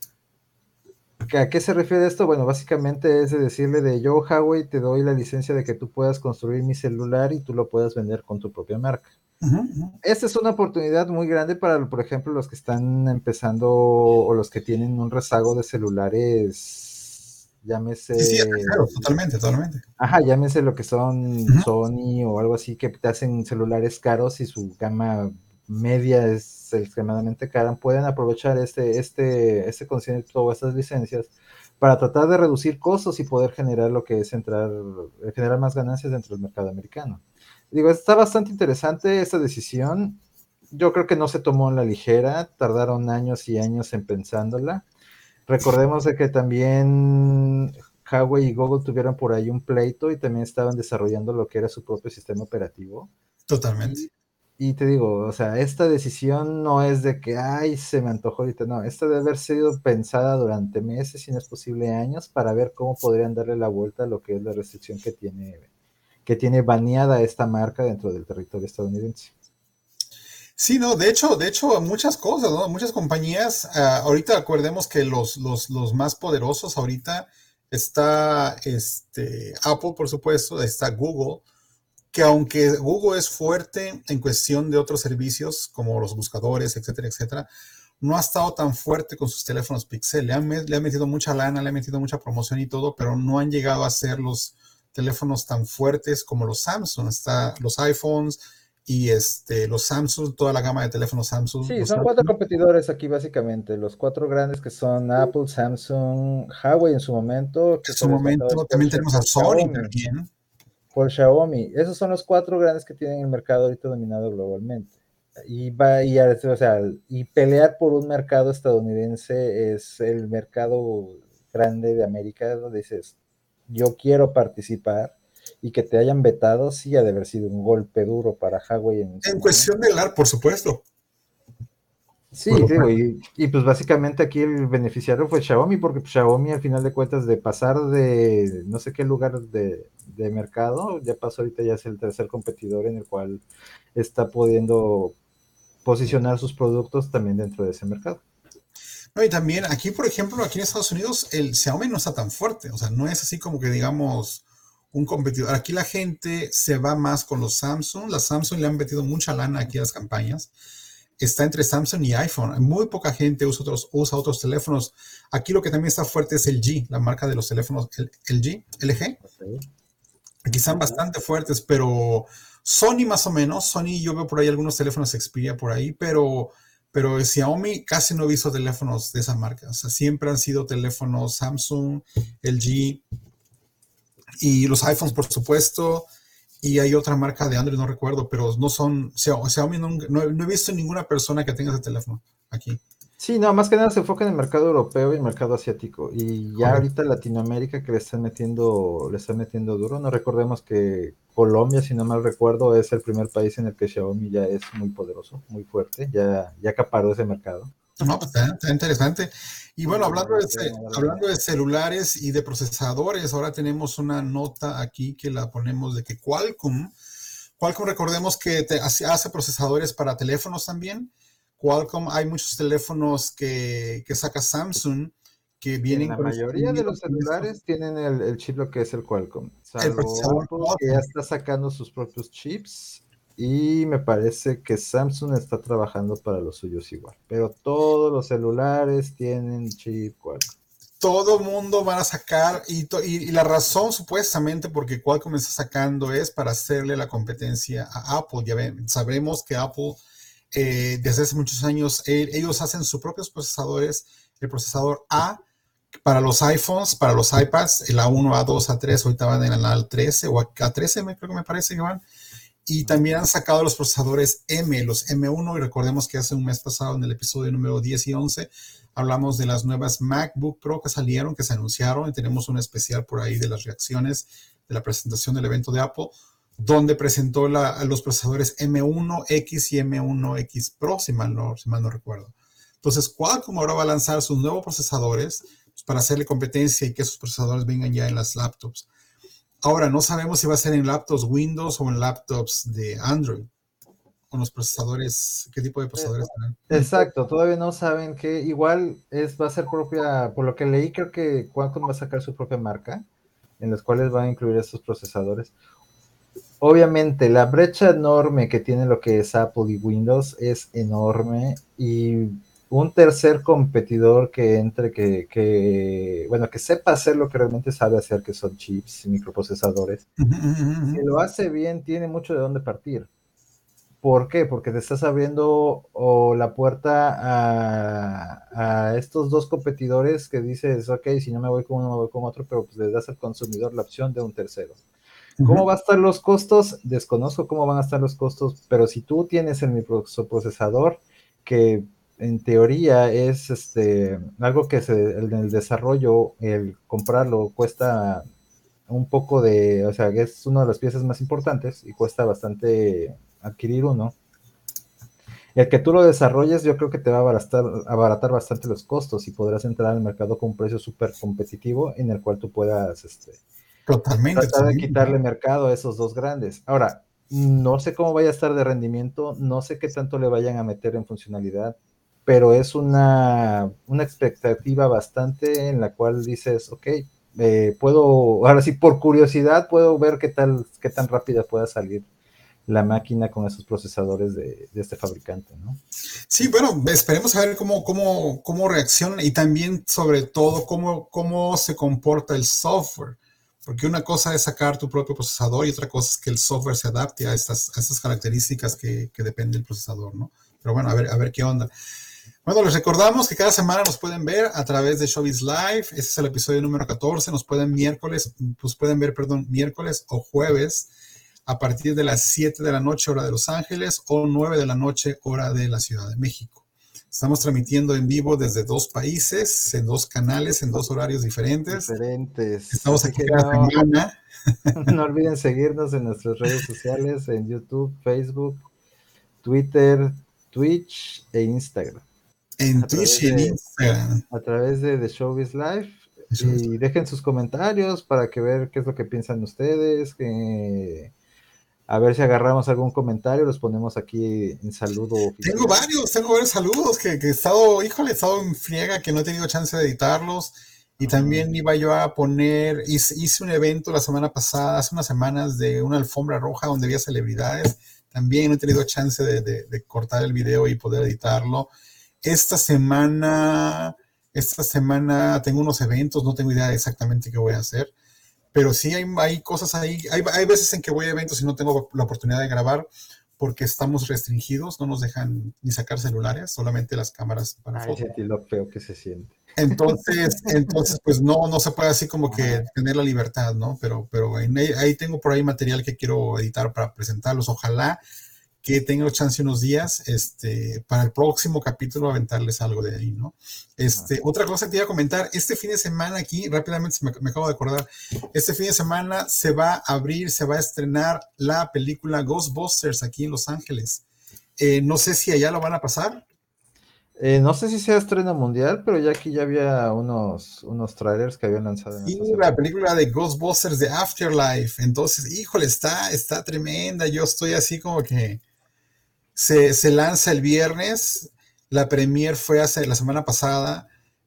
¿A qué se refiere esto? Bueno, básicamente es de decirle de yo, Huawei, te doy la licencia de que tú puedas construir mi celular y tú lo puedas vender con tu propia marca. Uh-huh, uh-huh. Esta es una oportunidad muy grande para, por ejemplo, los que están empezando o los que tienen un rezago de celulares, Sí, sí, llámese, claro, totalmente, totalmente. ajá, llámese lo que son Uh-huh. Sony o algo así, que te hacen celulares caros y su gama media es extremadamente cara, pueden aprovechar este, este, este concepto o estas licencias para tratar de reducir costos y poder generar lo que es entrar, generar más ganancias dentro del mercado americano. Digo, está bastante interesante esta decisión. Yo creo que no se tomó en la ligera, tardaron años y años en pensándola. Recordemos de que también Huawei y Google tuvieron por ahí un pleito y también estaban desarrollando lo que era su propio sistema operativo. Totalmente. Y, y te digo, o sea, esta decisión no es de que, ay, se me antojó ahorita, no, esta debe haber sido pensada durante meses, si no es posible años, para ver cómo podrían darle la vuelta a lo que es la restricción que tiene, que tiene baneada esta marca dentro del territorio estadounidense. Sí, no, de hecho, de hecho, muchas cosas, ¿no? Muchas compañías, uh, ahorita acordemos que los, los, los más poderosos ahorita está este, Apple, por supuesto, está Google, que aunque Google es fuerte en cuestión de otros servicios como los buscadores, etcétera, etcétera, no ha estado tan fuerte con sus teléfonos Pixel. Le han, le han metido mucha lana, le han metido mucha promoción y todo, pero no han llegado a ser los teléfonos tan fuertes como los Samsung. Está los iPhones y este, los Samsung, toda la gama de teléfonos Samsung. Sí, Los son cuatro Samsung. competidores aquí básicamente, los cuatro grandes que son Apple, Samsung, Huawei en su momento, que En fue su rescatado momento después también tenemos a por Sony Xiaomi, también. por Xiaomi. Esos son los cuatro grandes que tienen el mercado ahorita dominado globalmente. Y va y, o sea, y pelear por un mercado estadounidense es el mercado grande de América, donde dices, yo quiero participar y que te hayan vetado, sí ha de haber sido un golpe duro para Huawei en su En momento. cuestión del art, por supuesto. Por Sí, digo, supuesto. y, y pues básicamente aquí el beneficiario fue Xiaomi, porque pues, Xiaomi al final de cuentas de pasar de no sé qué lugar de, de mercado, ya pasó ahorita, ya es el tercer competidor en el cual está pudiendo posicionar sus productos también dentro de ese mercado. No, y también aquí, por ejemplo, aquí en Estados Unidos, el Xiaomi no está tan fuerte. O sea, no es así como que digamos un competidor. Aquí la gente se va más con los Samsung. Las Samsung le han metido mucha lana aquí a las campañas. Está entre Samsung y iPhone. Muy poca gente usa otros, usa otros teléfonos. Aquí lo que también está fuerte es el G, la marca de los teléfonos el, el G, L G. Okay. Aquí están bastante fuertes, pero Sony más o menos. Sony, yo veo por ahí algunos teléfonos Xperia por ahí, pero, pero Xiaomi casi no he visto teléfonos de esa marca. O sea, siempre han sido teléfonos Samsung, L G y los iPhones, por supuesto. Y hay otra marca de Android, no recuerdo, pero no son Xiaomi. No, no, no he visto ninguna persona que tenga ese teléfono aquí. Sí, no, más que nada se enfoca en el mercado europeo y el mercado asiático. Y ya Correcto. ahorita Latinoamérica que le están metiendo, le están metiendo duro. No recordemos que Colombia, si no mal recuerdo, es el primer país en el que Xiaomi ya es muy poderoso, muy fuerte, ya, ya acaparó ese mercado. No, pues está, está interesante. Y Sí, bueno, la hablando verdad de, que ce- una hablando barbaridad. de celulares y de procesadores, ahora tenemos una nota aquí que la ponemos de que Qualcomm, Qualcomm recordemos que te hace, hace procesadores para teléfonos también. Qualcomm, hay muchos teléfonos que, que saca Samsung que En vienen la con este, mayoría de vinieron los con esto, celulares tienen el, el chip lo que es el Qualcomm, el salvo procesador Apple que ya Qualcomm. está sacando sus propios chips y me parece que Samsung está trabajando para los suyos igual, pero todos los celulares tienen chip Qualcomm. Todo mundo va a sacar, y, to- y, y la razón supuestamente porque Qualcomm está sacando es para hacerle la competencia a Apple. Ya ven, sabemos que Apple eh, desde hace muchos años eh, ellos hacen sus propios procesadores, el procesador A para los iPhones, para los iPads, el A uno, A dos, A tres, ahorita van en el A trece o A trece, me, creo que me parece que van. Y también han sacado los procesadores M, los M uno, y recordemos que hace un mes pasado, en el episodio número diez y once, hablamos de las nuevas MacBook Pro que salieron, que se anunciaron, y tenemos un especial por ahí de las reacciones de la presentación del evento de Apple, donde presentó la, los procesadores M uno X y M uno X Pro, si mal, no, si mal no recuerdo. Entonces, Qualcomm ahora va a lanzar sus nuevos procesadores pues, para hacerle competencia y que esos procesadores vengan ya en las laptops. Ahora, no sabemos si va a ser en laptops Windows o en laptops de Android, con los procesadores, qué tipo de Eh, procesadores serán. Exacto, todavía no saben que igual es, va a ser propia, por lo que leí, creo que Qualcomm va a sacar su propia marca, en las cuales va a incluir estos procesadores. obviamente la brecha enorme que tiene lo que es Apple y Windows es enorme, y un tercer competidor que entre, que, que bueno, que sepa hacer lo que realmente sabe hacer, que son chips y microprocesadores, Uh -huh, uh -huh, uh si -huh. lo hace bien, tiene mucho de dónde partir. ¿Por qué? Porque te estás abriendo o la puerta a, a, estos dos competidores que dices, ok, si no me voy con uno, me voy con otro, pero pues le das al consumidor la opción de un tercero. Uh ¿Cómo -huh. van a estar los costos? Desconozco cómo van a estar los costos, pero si tú tienes el microprocesador, que en teoría es este, algo que se, en el desarrollo, el comprarlo cuesta un poco de, o sea, es una de las piezas más importantes y cuesta bastante adquirir uno. El que tú lo desarrolles, yo creo que te va a abaratar, abaratar bastante los costos y podrás entrar al mercado con un precio súper competitivo en el cual tú puedas este, Totalmente, tratar de totalmente, quitarle ¿no? mercado a esos dos grandes. Ahora, no sé cómo vaya a estar de rendimiento, no sé qué tanto le vayan a meter en funcionalidad, pero es una, una expectativa bastante en la cual dices, ok, eh, puedo, ahora sí, por curiosidad, puedo ver qué tal, qué tan rápida pueda salir la máquina con esos procesadores de, de este fabricante, ¿no? Sí, bueno, esperemos a ver cómo, cómo, cómo reacciona y también, sobre todo, cómo, cómo se comporta el software. Porque una cosa es sacar tu propio procesador y otra cosa es que el software se adapte a estas, a estas características que, que depende del procesador, ¿no? Pero bueno, a ver, a ver qué onda. Bueno, les recordamos que cada semana nos pueden ver a través de Showbiz Live. Este es el episodio número catorce. Nos pueden miércoles, pues pueden ver, perdón, miércoles o jueves a partir de las siete de la noche, hora de Los Ángeles, o nueve de la noche, hora de la Ciudad de México. Estamos transmitiendo en vivo desde dos países, en dos canales, en dos horarios diferentes. Diferentes. Estamos Así aquí que cada no, semana. no olviden seguirnos en nuestras redes sociales, en YouTube, Facebook, Twitter, Twitch e Instagram. En A Twitch través y en de, Instagram. a través de The Showbiz Live. Y dejen sus comentarios para que ver qué es lo que piensan ustedes, que a ver si agarramos algún comentario, los ponemos aquí en saludo Tengo oficial. varios, tengo varios saludos que, que he estado, híjole, he estado en friega, que no he tenido chance de editarlos. Y también iba yo a poner, hice, hice un evento la semana pasada, hace unas semanas, de una alfombra roja donde había celebridades. También no he tenido chance de, de, de cortar el video y poder editarlo. Esta semana, esta semana tengo unos eventos, no tengo idea exactamente qué voy a hacer. Pero sí hay, hay cosas ahí, hay, hay veces en que voy a eventos y no tengo la oportunidad de grabar porque estamos restringidos, no nos dejan ni sacar celulares, solamente las cámaras para Ay, foto. sentí lo feo que se siente. Entonces, entonces pues no, no se puede así como que Ajá. tener la libertad, ¿no? Pero, pero ahí, ahí tengo por ahí material que quiero editar para presentarlos. Ojalá que tenga chance unos días, este, para el próximo capítulo aventarles algo de ahí, ¿no? Este, otra cosa que te iba a comentar, este fin de semana aquí, rápidamente me, me acabo de acordar, este fin de semana se va a abrir, se va a estrenar la película Ghostbusters aquí en Los Ángeles. Eh, no sé si allá lo van a pasar. Eh, no sé si sea estreno mundial, pero ya aquí ya había unos, unos trailers que habían lanzado en Sí, esta la semana. película de Ghostbusters de Afterlife. Entonces, híjole, está, está tremenda. Yo estoy así como que se, se lanza el viernes. La premier fue hace la semana pasada.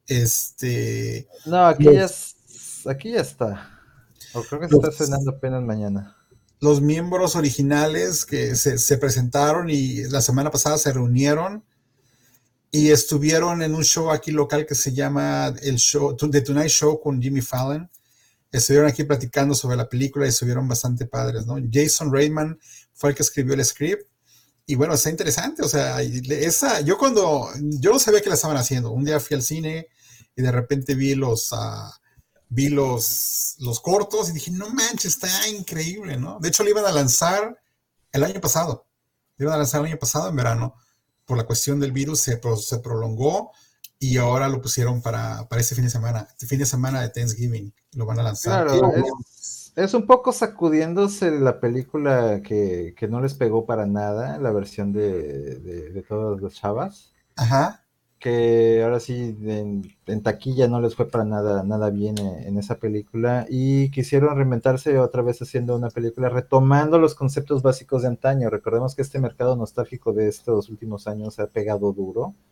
Este, No, aquí ya, los, es- aquí ya está. O creo que se está los, estrenando apenas mañana. los miembros originales que se, se presentaron y la semana pasada se reunieron y estuvieron en un show aquí local que se llama el show The Tonight Show con Jimmy Fallon. Estuvieron aquí platicando sobre la película y estuvieron bastante padres, ¿no? Jason Reitman fue el que escribió el script y bueno, está interesante, o sea, esa, yo cuando, yo no sabía que la estaban haciendo, un día fui al cine y de repente vi los, uh, vi los, los cortos y dije, no manches, está increíble, ¿no? De hecho, lo iban a lanzar el año pasado, lo iban a lanzar el año pasado en verano, por la cuestión del virus se, se prolongó y ahora lo pusieron para, para este fin de semana, este fin de semana de Thanksgiving, lo van a lanzar. Claro, es, es un poco sacudiéndose la película que, que no les pegó para nada, la versión de, de, de todas las chavas. Ajá. Que ahora sí en, en taquilla no les fue para nada, nada bien en, en esa película y quisieron reinventarse otra vez haciendo una película retomando los conceptos básicos de antaño. Recordemos que este mercado nostálgico de estos últimos años ha pegado duro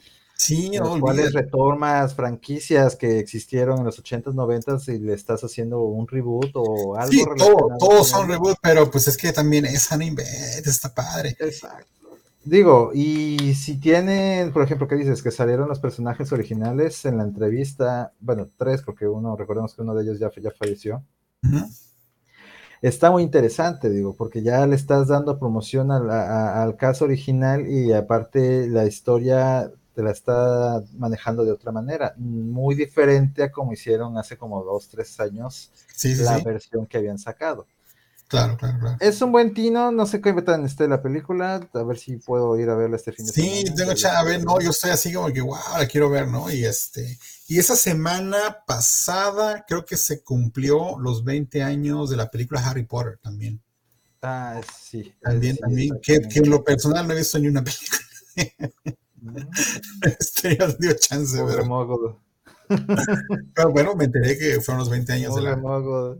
Sí, en no los cuales olvídate. retomas franquicias que existieron en los ochentas, noventas y le estás haciendo un reboot o algo Sí, todo, relacionado todos con son ello. reboot, pero pues es que también esa no inventa, está padre. Exacto. Digo, y si tienen, por ejemplo, ¿qué dices? Que salieron los personajes originales en la entrevista, bueno, tres, porque uno, recordemos que uno de ellos ya, ya falleció. Ujú. Está muy interesante, digo, porque ya le estás dando promoción a la- a- al caso original y aparte la historia te la está manejando de otra manera, muy diferente a como hicieron hace como dos, tres años Sí, sí, la sí. versión que habían sacado. Claro, claro, claro. Es un buen tino, no sé qué tan esté la película, a ver si puedo ir a verla este fin de Sí, semana, tengo ya la cha- a estoy ver, no, viendo. yo estoy así como que, wow, la quiero ver, ¿no? Y este, y esa semana pasada creo que se cumplió los veinte años de la película Harry Potter también. Ah, sí, eh, También, sí, también, que, que en exactamente. lo personal no he visto ni una película. Mm, Este, ya dio chance, Pobre pero, mogo, pero bueno, me enteré que fueron los veinte años de pobre la. mogo.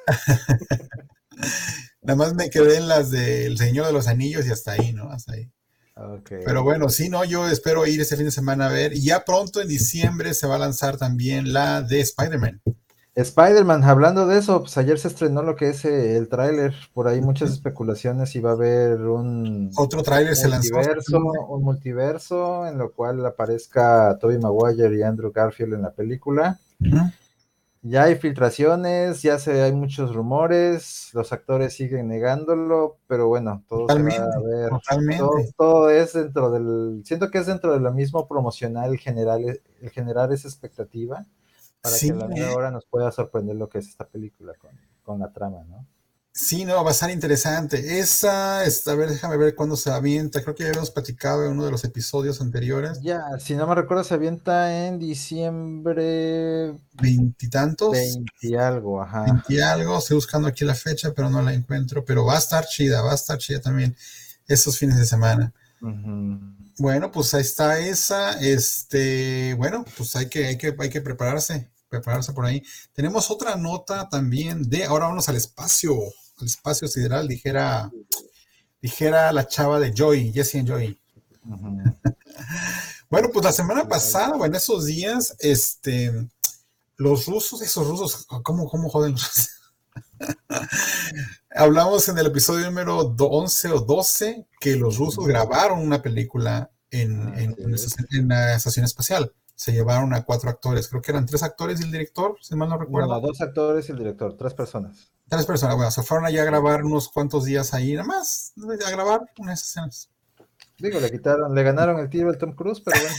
Nada más me quedé en las del Señor de los Anillos y hasta ahí, ¿no? Hasta ahí. Ok. Pero bueno, sí, no, yo espero ir este fin de semana a ver. Y ya pronto en diciembre se va a lanzar también la de Spider-Man. Spider-Man, hablando de eso, pues ayer se estrenó lo que es eh, el tráiler, por ahí muchas especulaciones si va a haber un Otro tráiler se lanzó multiverso, exactamente. un multiverso en lo cual aparezca Tobey Maguire y Andrew Garfield en la película. Ujú. Ya hay filtraciones, ya se, hay muchos rumores, los actores siguen negándolo, pero bueno, todo se va a Totalmente, ver, todo, totalmente. todo es dentro del, siento que es dentro de lo mismo promocional el general, el generar esa expectativa para Sí, que a la mera ¿eh? hora nos pueda sorprender lo que es esta película con, con la trama, ¿no? Sí, no, va a estar interesante. Esa, es- a ver, déjame ver cuándo se avienta. Creo que ya habíamos platicado en uno de los episodios anteriores. Ya, si no me recuerdo, se avienta en diciembre Veintitantos, veinte y algo, ajá. veinti algo. Estoy buscando aquí la fecha, pero no la encuentro. Pero va a estar chida, va a estar chida también estos fines de semana. Ujú. Bueno, pues ahí está esa. Este, bueno, pues hay que, hay que, hay que prepararse, prepararse por ahí. Tenemos otra nota también de, ahora vamos al espacio, al espacio sideral, dijera, dijera la chava de Joy, Jessie and Joy. Ujú. Bueno, pues la semana pasada, o en esos días, este, los rusos, esos rusos, ¿cómo, cómo joden los rusos? Hablamos en el episodio número once o doce que los rusos Ujú. grabaron una película en, en, Así en, es. estación- en la estación espacial. Se llevaron a cuatro actores, creo que eran tres actores y el director, si mal no recuerdo. No, dos actores y el director, tres personas. Tres personas, bueno, se fueron allá a grabar unos cuantos días ahí, nada más, a grabar unas escenas. Digo, le quitaron, le ganaron el tiro al Tom Cruise, pero bueno,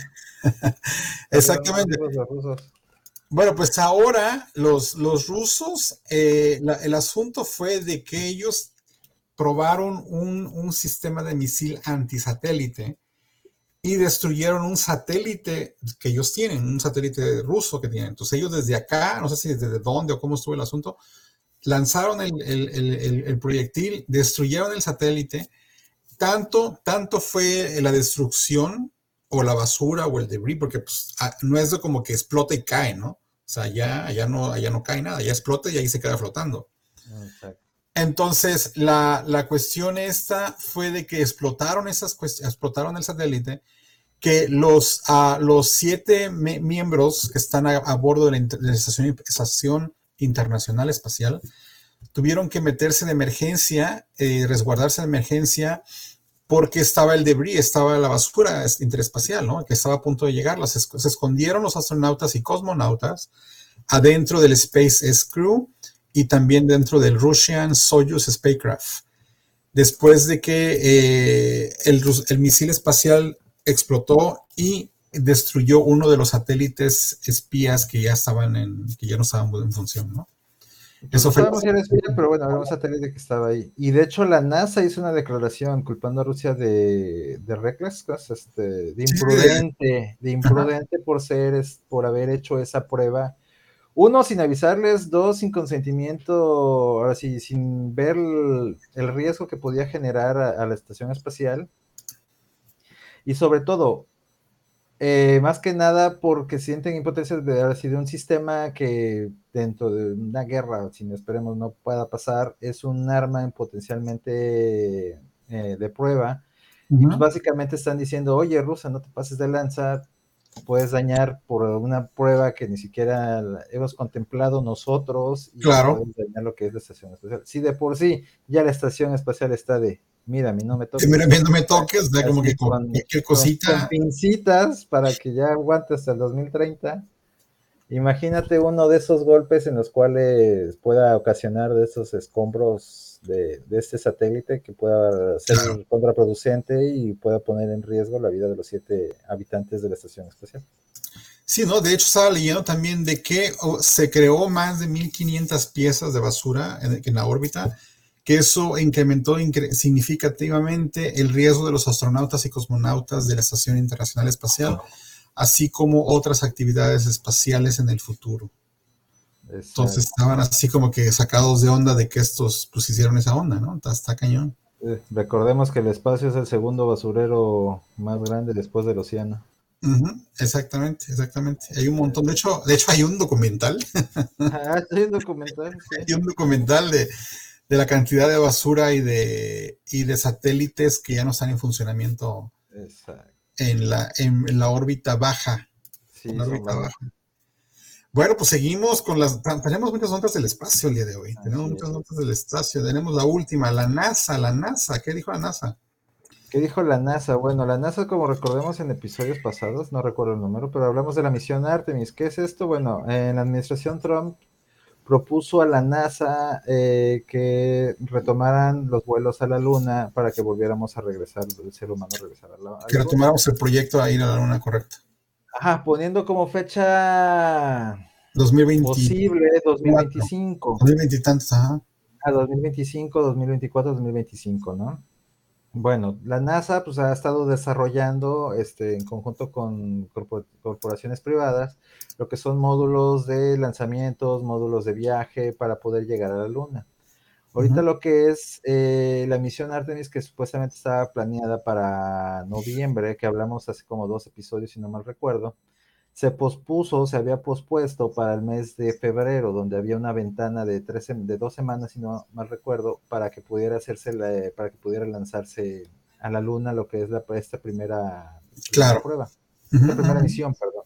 salieron más Exactamente. vivos los rusos. Bueno, pues ahora los, los rusos, eh, la, el asunto fue de que ellos probaron un, un sistema de misil antisatélite y destruyeron un satélite que ellos tienen, un satélite ruso que tienen. Entonces ellos desde acá, no sé si desde dónde o cómo estuvo el asunto, lanzaron el, el, el, el proyectil, destruyeron el satélite, tanto, tanto fue la destrucción o la basura o el debris, porque pues, no es de como que explota y cae, ¿no? O sea, ya, ya, no, ya no cae nada, ya explota y ahí se queda flotando. Exacto. Entonces, la, la cuestión esta fue de que explotaron, esas, explotaron el satélite, que los, uh, los siete me miembros que están a, a bordo de la, de la estación, estación, Internacional Espacial tuvieron que meterse de emergencia, eh, resguardarse de emergencia, porque estaba el debris, estaba la basura interespacial, ¿no? Que estaba a punto de llegar. Se, se escondieron los astronautas y cosmonautas adentro del SpaceX Crew y también dentro del Russian Soyuz Spacecraft. Después de que eh, el, el misil espacial explotó y destruyó uno de los satélites espías que ya estaban en, que ya no estaban en función, ¿no? Pues Eso no fue sabemos si era espía, pero bueno, era un satélite que estaba ahí. Y de hecho la NASA hizo una declaración culpando a Rusia de, de reckless, este, de sí, sí, de, imprudente, de ajá. imprudente por ser, por haber hecho esa prueba. Uno, sin avisarles, dos, sin consentimiento, ahora sí, sin ver el, el riesgo que podía generar a, a la estación espacial. Y sobre todo, Eh, más que nada porque sienten impotencia de haber sido un sistema que dentro de una guerra, si no esperemos no pueda pasar, es un arma potencialmente eh, de prueba. Uh Y pues -huh. básicamente están diciendo, oye, Rusia, no te pases de lanza, puedes dañar por una prueba que ni siquiera hemos contemplado nosotros y Claro. puedes dañar lo que es la estación espacial. Si de por sí ya la estación espacial está de, mira, a mí no me Mira, toques, viendo me toques, da como que así con con, cualquier con, con cosita. pincitas para que ya aguante hasta el dos mil treinta. Imagínate uno de esos golpes en los cuales pueda ocasionar de esos escombros de, de este satélite que pueda ser Claro. contraproducente y pueda poner en riesgo la vida de los siete habitantes de la estación espacial. Sí, ¿no? De hecho, estaba leyendo también de que oh, se creó más de mil quinientas piezas de basura en, en la órbita, que eso incrementó incre significativamente el riesgo de los astronautas y cosmonautas de la Estación Internacional Espacial, así como otras actividades espaciales en el futuro. Entonces Exacto. estaban así como que sacados de onda de que estos pues hicieron esa onda, ¿no? Está, está cañón. Eh, recordemos que el espacio es el segundo basurero más grande después del océano. Uh -huh, exactamente, exactamente. Hay un montón. De hecho, de hecho hay un documental. Ah, hay un documental, sí. Hay un documental de, de la cantidad de basura y de, y de satélites que ya no están en funcionamiento Exacto. en la, en, en la órbita baja. En Sí, la son órbita varios. baja. Bueno, pues seguimos con las. Tenemos muchas notas del espacio el día de hoy. Tenemos Así muchas es. notas del espacio. Tenemos la última, la NASA, la NASA. ¿Qué dijo la NASA? ¿Qué dijo la NASA? Bueno, la NASA, como recordemos en episodios pasados, no recuerdo el número, pero hablamos de la misión Artemis. ¿Qué es esto? Bueno, en la administración Trump propuso a la NASA eh, que retomaran los vuelos a la Luna para que volviéramos a regresar, el ser humano regresara a la, a Que la Luna. retomáramos el proyecto a ir a la Luna, correcta. Ajá, poniendo como fecha dos mil veinticuatro, posible dos mil veinticinco. dos mil veinte y tantos, ajá. A dos mil veinticinco, dos mil veinticuatro, dos mil veinticinco, ¿no? Bueno, la NASA pues ha estado desarrollando este, en conjunto con corpor corporaciones privadas lo que son módulos de lanzamientos, módulos de viaje para poder llegar a la Luna. Ahorita Uh-huh. lo que es eh, la misión Artemis, que supuestamente estaba planeada para noviembre, que hablamos hace como dos episodios, si no mal recuerdo, se pospuso, se había pospuesto para el mes de febrero, donde había una ventana de, tres, de dos semanas, si no mal recuerdo, para que pudiera hacerse, la, para que pudiera lanzarse a la Luna lo que es la, esta primera, primera Claro. prueba, Uh-huh, esta primera uh-huh. misión, perdón.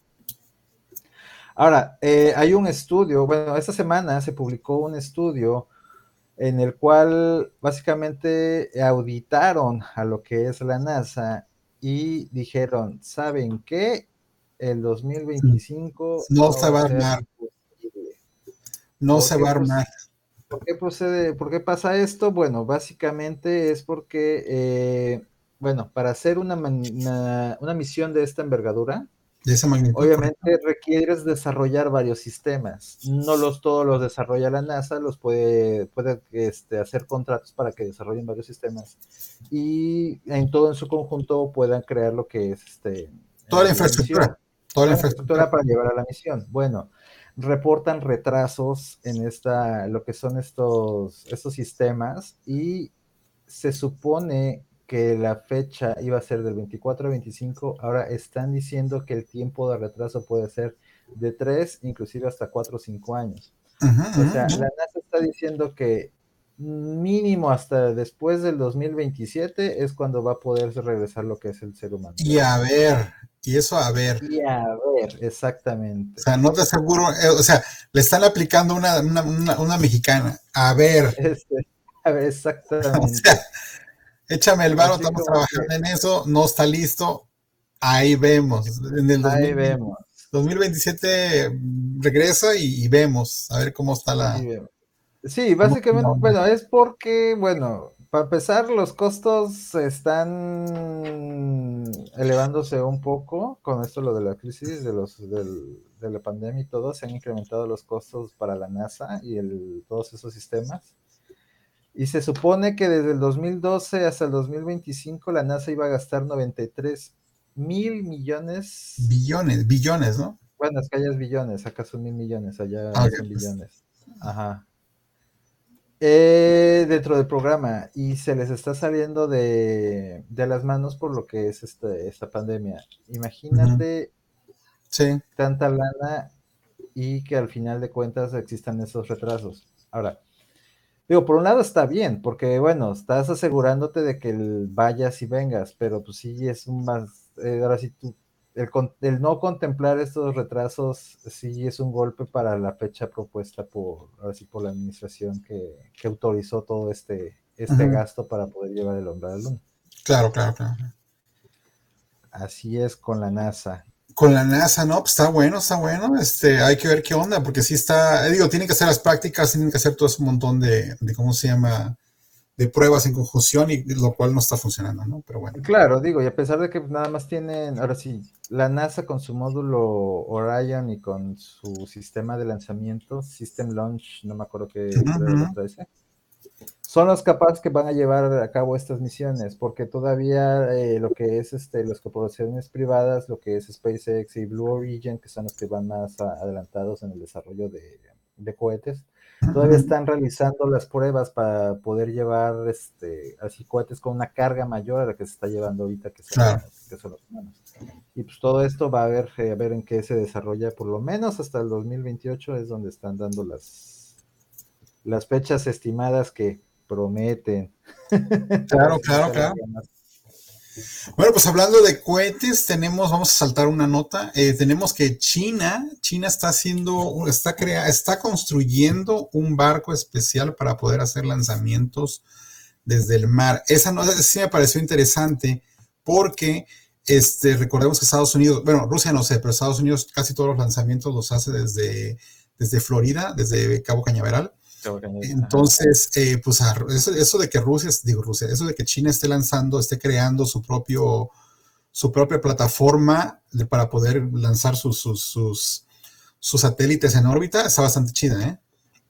Ahora, eh, hay un estudio, bueno, esta semana se publicó un estudio en el cual básicamente auditaron a lo que es la NASA y dijeron, ¿saben qué? El dos mil veinticinco no, no no se va a va a ser armar. posible. No ¿Por se qué, va a armar. ¿Por qué procede? ¿Por qué pasa esto? Bueno, básicamente es porque, eh, bueno, para hacer una, una, una misión de esta envergadura, De esa magnitud, obviamente correcto. requieres desarrollar varios sistemas. No los todos los desarrolla la NASA, los puede, puede este, hacer contratos para que desarrollen varios sistemas y en todo en su conjunto puedan crear lo que es este, Toda la eh, la infraestructura. misión, Toda la la infraestructura. infraestructura para llevar a la misión. Bueno, reportan retrasos en esta, lo que son estos, estos sistemas y se supone que la fecha iba a ser del veinticuatro al veinticinco, ahora están diciendo que el tiempo de retraso puede ser de tres, inclusive hasta cuatro o cinco años. Uh-huh, O sea, uh-huh. la NASA está diciendo que mínimo hasta después del dos mil veintisiete es cuando va a poderse regresar lo que es el ser humano a la Y a Luna. ver, y eso a ver. Y a ver, O exactamente. sea, no te aseguro, eh, o sea, le están aplicando una, una, una, una mexicana. A ver. Este, a ver, O sea, exactamente. échame el varo, Así estamos como que trabajando en eso, no está listo. Ahí vemos. En el ahí dos mil veinte, vemos. dos mil veintisiete regresa y, y vemos a ver cómo está Y la. vemos. Sí, Cómo está la básicamente, onda. bueno, es porque, bueno, para empezar, los costos están elevándose un poco con esto, lo de la crisis, de los, del, de la pandemia y todo, se han incrementado los costos para la NASA y el, todos esos sistemas. Y se supone que desde el dos mil doce hasta el dos mil veinticinco la NASA iba a gastar noventa y tres mil millones. Billones, billones, ¿no? Bueno, es que allá es billones, acá son mil millones, allá Ok, son pues. billones. Ajá. Eh, dentro del programa y se les está saliendo de, de las manos por lo que es este, esta pandemia. Uh-huh. Imagínate Sí. tanta lana y que al final de cuentas existan esos retrasos. Ahora, digo, por un lado está bien, porque bueno, estás asegurándote de que el vayas y vengas, pero pues sí es un más, eh, ahora sí tú el, el no contemplar estos retrasos sí es un golpe para la fecha propuesta por, ahora sí, por la administración que, que autorizó todo este, este Uh-huh. gasto para poder llevar el hombre a la luna. Claro, claro, claro. Así es con la NASA. Con la NASA, no, pues está bueno, está bueno. Este, hay que ver qué onda, porque sí está, digo, tienen que hacer las prácticas, tienen que hacer todo ese montón de, de ¿cómo se llama? De pruebas en conjunción, y lo cual no está funcionando, ¿no? Pero bueno. Claro, digo, y a pesar de que nada más tienen, ahora sí, la NASA con su módulo Orion y con su sistema de lanzamiento, System Launch, no me acuerdo qué Uh-huh. era la otra vez, son los capaces que van a llevar a cabo estas misiones, porque todavía eh, lo que es este, las corporaciones privadas, lo que es SpaceX y Blue Origin, que son los que van más a, adelantados en el desarrollo de, de cohetes, todavía Uh-huh. están realizando las pruebas para poder llevar este, así cohetes con una carga mayor a la que se está llevando ahorita, que son, Claro. los, que son los humanos. Y pues todo esto va a ver, eh, a ver en qué se desarrolla, por lo menos hasta el dos mil veintiocho es donde están dando las, las fechas estimadas que prometen. Claro, claro, claro. Bueno, pues hablando de cohetes, tenemos, vamos a saltar una nota, eh, tenemos que China, China está haciendo, está crea, está construyendo un barco especial para poder hacer lanzamientos desde el mar. Esa nota sí me pareció interesante porque este, recordemos que Estados Unidos, bueno, Rusia no sé, pero Estados Unidos casi todos los lanzamientos los hace desde, desde Florida, desde Cabo Cañaveral. Entonces, eh, pues eso, eso de que Rusia, digo Rusia, eso de que China esté lanzando, esté creando su propio, su propia plataforma de, para poder lanzar sus, sus, sus, sus satélites en órbita, está bastante chida, ¿eh?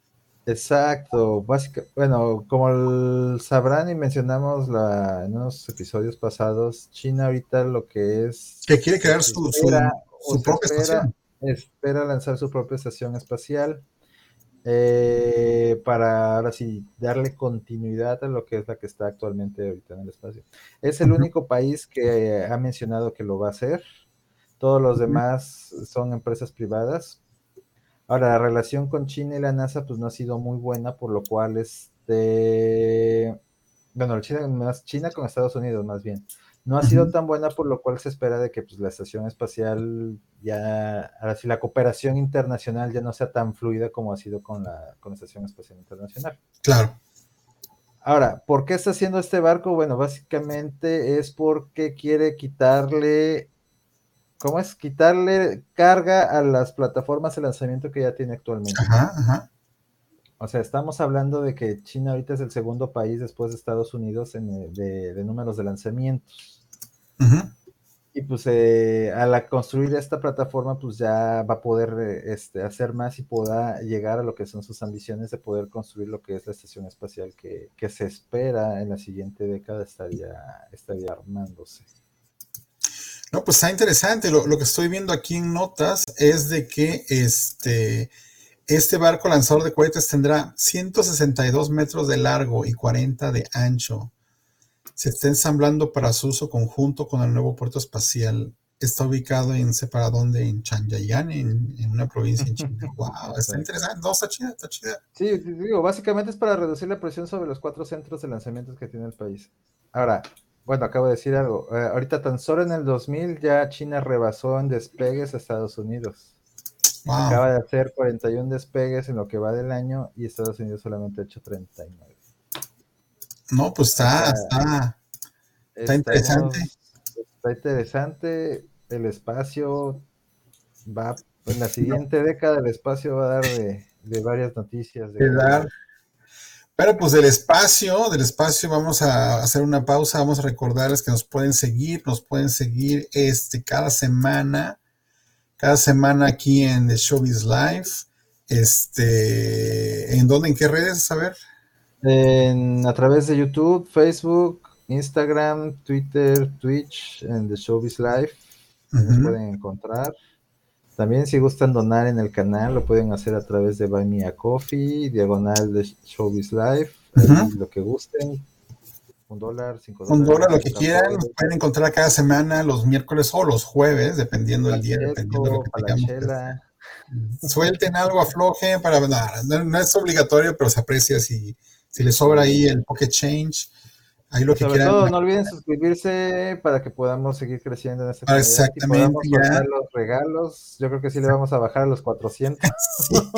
Exacto, básica, bueno, como el, sabrán y mencionamos la, en unos episodios pasados, China ahorita lo que es... Que quiere crear su, espera, su, su se propia espera, estación. espera lanzar su propia estación espacial. Eh, para ahora sí darle continuidad a lo que es la que está actualmente ahorita en el espacio. Es el Uh-huh. único país que ha mencionado que lo va a hacer. Todos los demás son empresas privadas. Ahora, la relación con China y la NASA pues no ha sido muy buena, por lo cual este... Bueno, China, más China con Estados Unidos más bien. No ha sido Uh-huh. tan buena, por lo cual se espera de que pues, la estación espacial ya, ahora sí, la cooperación internacional ya no sea tan fluida como ha sido con la, con la Estación Espacial Internacional. Claro. Ahora, ¿por qué está haciendo este barco? Bueno, básicamente es porque quiere quitarle, ¿cómo es? Quitarle carga a las plataformas de lanzamiento que ya tiene actualmente. Ajá, ajá. O sea, estamos hablando de que China ahorita es el segundo país después de Estados Unidos en, de, de números de lanzamientos. Uh-huh. Y pues eh, al construir esta plataforma, pues ya va a poder eh, este, hacer más y pueda llegar a lo que son sus ambiciones de poder construir lo que es la estación espacial que, que se espera en la siguiente década estaría, estaría armándose. No, pues está interesante. Lo, lo que estoy viendo aquí en notas es de que este, este barco lanzador de cohetes tendrá ciento sesenta y dos metros de largo y cuarenta de ancho. Se está ensamblando para su uso conjunto con el nuevo puerto espacial. Está ubicado en, ¿sepa dónde? En Changyayán, en, en una provincia en China. Wow, está interesante. No, está chida, está chida. Sí, digo, básicamente es para reducir la presión sobre los cuatro centros de lanzamientos que tiene el país. Ahora, bueno, acabo de decir algo. Eh, ahorita tan solo en el dos mil ya China rebasó en despegues a Estados Unidos. Wow. Acaba de hacer cuarenta y uno despegues en lo que va del año y Estados Unidos solamente ha hecho treinta y nueve. No, pues está, O sea, está, está estamos, interesante. Está interesante. El espacio va, en la siguiente década el espacio va a dar de, de varias noticias de qué hablar. Pero pues del espacio, del espacio vamos a hacer una pausa, vamos a recordarles que nos pueden seguir, nos pueden seguir este, cada semana, cada semana aquí en The Showbiz Live. Este, ¿en dónde, en qué redes? A ver. En, a través de YouTube, Facebook, Instagram, Twitter, Twitch, en The Showbiz Live, ahí nos Uh-huh. pueden encontrar. También si gustan donar en el canal, lo pueden hacer a través de Buy Me a Coffee, diagonal de Showbiz Live, ahí uh-huh. Lo que gusten. Un dólar, cinco dólares. Un dólar, lo que quieran. Nos pueden encontrar cada semana, los miércoles o los jueves, dependiendo del día, dependiendo de lo que tengamos. Suelten algo, aflojen, para, no, no es obligatorio, pero se aprecia si, si les sobra ahí el pocket change. Ahí lo Y que sobre quieran. todo, no olviden suscribirse para que podamos seguir creciendo en esta Ah, comunidad y exactamente, podamos ya. soltar los regalos. Yo creo que sí le vamos a bajar a los cuatrocientos. Sí,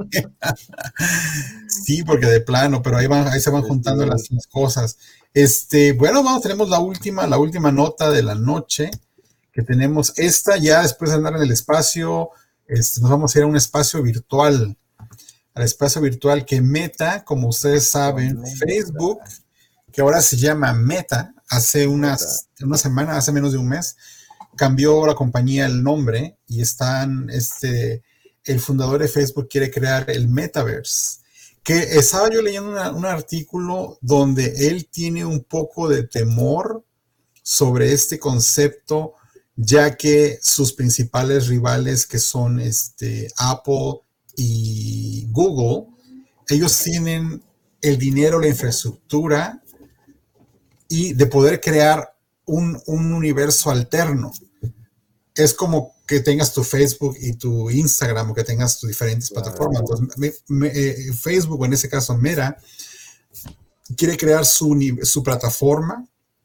sí, porque de plano, pero ahí van, ahí se van juntando Sí, las, las cosas. Este, bueno, vamos, tenemos la última, la última nota de la noche, que tenemos esta, ya después de andar en el espacio, este, nos vamos a ir a un espacio virtual, al espacio virtual que Meta, como ustedes saben, comenta, Facebook, que ahora se llama Meta, hace meta. unas, una semana, hace menos de un mes, cambió la compañía el nombre y están, este, el fundador de Facebook quiere crear el Metaverse. Que estaba yo leyendo una, un artículo donde él tiene un poco de temor sobre este concepto, ya que sus principales rivales, que son este, Apple y Google, ellos tienen el dinero, la infraestructura y de poder crear un, un universo alterno. Es como que tengas tu Facebook y tu Instagram o que tengas tus diferentes Claro. plataformas. Entonces, me, me, eh, Facebook, o en ese caso Meta, quiere crear su, su plataforma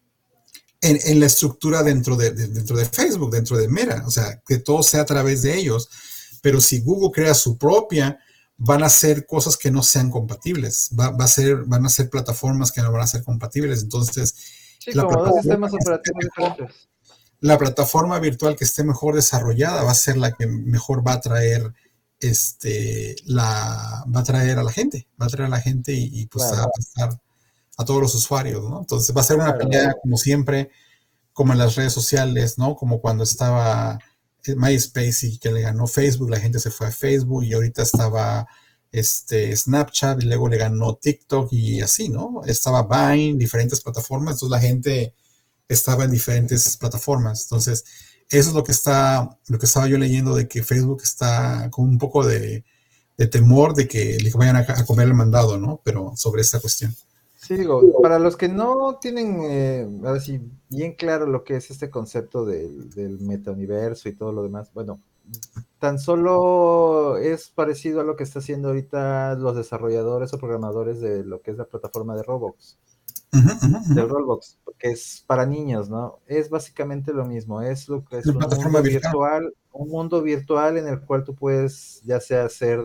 en, en, la estructura dentro de, de, dentro de Facebook, dentro de Meta. O sea, que todo sea a través de ellos. Pero si Google crea su propia, van a ser cosas que no sean compatibles. Va, va a ser, van a ser plataformas que no van a ser compatibles. Entonces, Sí, la como dos plataforma sistemas operativos diferentes. la plataforma virtual que esté mejor desarrollada va a ser la que mejor va a traer este la va a traer a la gente, va a traer a la gente y, y pues a Claro, pasar a todos los usuarios, ¿no? Entonces va a ser una claro. pelea como siempre, como en las redes sociales, ¿no? Como cuando estaba MySpace y que le ganó Facebook, la gente se fue a Facebook y ahorita estaba este Snapchat y luego le ganó TikTok y así, ¿no? Estaba Vine, diferentes plataformas, entonces la gente estaba en diferentes plataformas. Entonces, eso es lo que está, lo que estaba yo leyendo de que Facebook está con un poco de, de temor de que le vayan a, a, comer el mandado, ¿no? Pero sobre esta cuestión. Sí, digo, para los que no tienen, eh, ahora sí, bien claro lo que es este concepto del, del metauniverso y todo lo demás, bueno, tan solo es parecido a lo que está haciendo ahorita los desarrolladores o programadores de lo que es la plataforma de Roblox. Uh -huh, uh -huh. Del Roblox, que es para niños, ¿no? Es básicamente lo mismo, es lo que es La un plataforma mundo virtual. virtual, un mundo virtual en el cual tú puedes ya sea hacer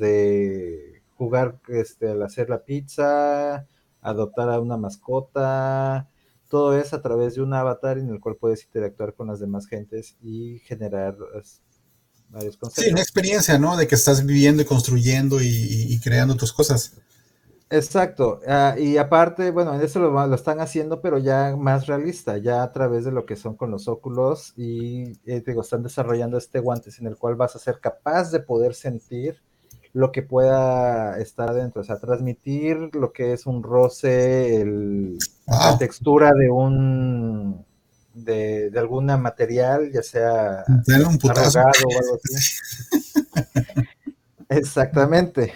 desde jugar este, al hacer la pizza, adoptar a una mascota, todo es a través de un avatar en el cual puedes interactuar con las demás gentes y generar es, varios conceptos. Sí, una experiencia, ¿no? De que estás viviendo y construyendo y, y, y creando tus cosas. Exacto, uh, y aparte, bueno, en eso lo, lo, están haciendo, pero ya más realista, ya a través de lo que son con los óculos y eh, digo, están desarrollando este guantes en el cual vas a ser capaz de poder sentir lo que pueda estar adentro, o sea, transmitir lo que es un roce, el, wow. la textura de un de, de alguna material, ya sea Tener un putazo. arrugado o algo así. Exactamente.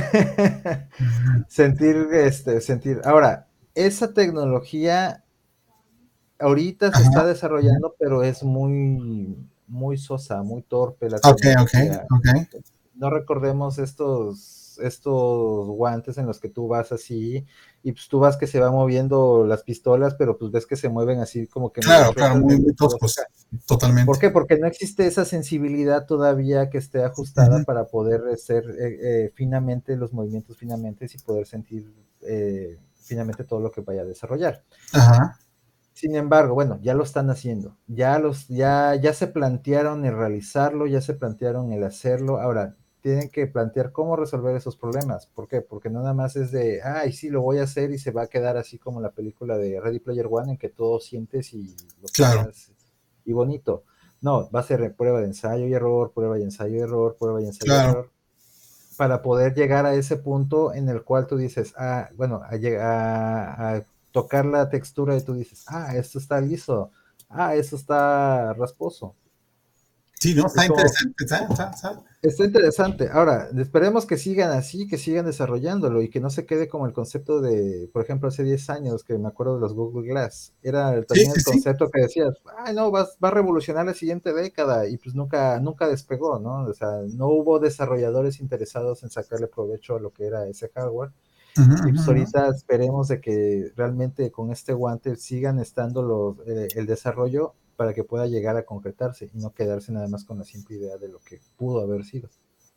sentir, este, sentir. Ahora, esa tecnología ahorita se Ajá. está desarrollando, pero es muy, muy sosa, muy torpe la Ok, ok, tecnología. ok. No recordemos estos, estos guantes en los que tú vas así y pues tú vas que se va moviendo las pistolas, pero pues ves que se mueven así como que medio Claro, claro, chuecas muy, mientras muy tú vas toscos. acá. ¿Por Totalmente. qué? Porque no existe esa sensibilidad todavía que esté ajustada uh -huh. para poder hacer eh, eh, finamente los movimientos finamente y poder sentir eh, finamente todo lo que vaya a desarrollar. Ajá. Sin embargo, bueno, ya lo están haciendo, ya, los, ya, ya se plantearon el realizarlo, ya se plantearon el hacerlo, ahora tienen que plantear cómo resolver esos problemas. ¿Por qué? Porque no nada más es de, ay, sí, lo voy a hacer y se va a quedar así como la película de Ready Player One en que todo sientes y lo claro. creas y bonito. No, va a ser prueba de ensayo y error, prueba y ensayo y error, prueba y ensayo y claro. error, para poder llegar a ese punto en el cual tú dices, ah, bueno, a, a, a tocar la textura y tú dices, ah, esto está liso, ah, esto está rasposo. Sí, no, está es como, interesante, está, está, está. Está interesante. Ahora, esperemos que sigan así, que sigan desarrollándolo y que no se quede como el concepto de, por ejemplo, hace diez años, que me acuerdo de los Google Glass. Era también Sí, el sí, sí. concepto que decías, ay, no, va, va a revolucionar la siguiente década y pues nunca, nunca despegó, ¿no? O sea, no hubo desarrolladores interesados en sacarle provecho a lo que era ese hardware. Uh-huh, y pues uh-huh. ahorita esperemos de que realmente con este guante sigan estando los, eh, el desarrollo para que pueda llegar a concretarse y no quedarse nada más con la simple idea de lo que pudo haber sido.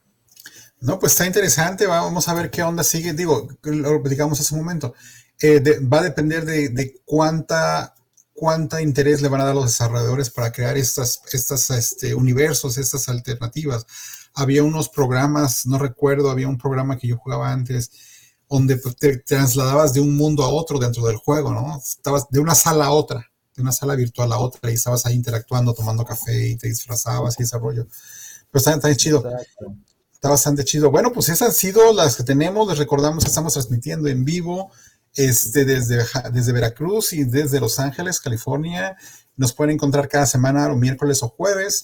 No, pues está interesante, vamos a ver qué onda sigue. Digo, lo platicamos hace un momento. Eh, de, va a depender de, de cuánta, cuánta interés le van a dar los desarrolladores para crear estas, estas este, universos, estas alternativas. Había unos programas, no recuerdo, había un programa que yo jugaba antes, donde te trasladabas de un mundo a otro dentro del juego, ¿no? Estabas de una sala a otra, de una sala virtual a otra, y estabas ahí interactuando, tomando café y te disfrazabas y ese rollo. Pero está, está chido. Exacto. Está bastante chido. Bueno, pues esas han sido las que tenemos. Les recordamos que estamos transmitiendo en vivo este, desde, desde Veracruz y desde Los Ángeles, California. Nos pueden encontrar cada semana, o miércoles o jueves.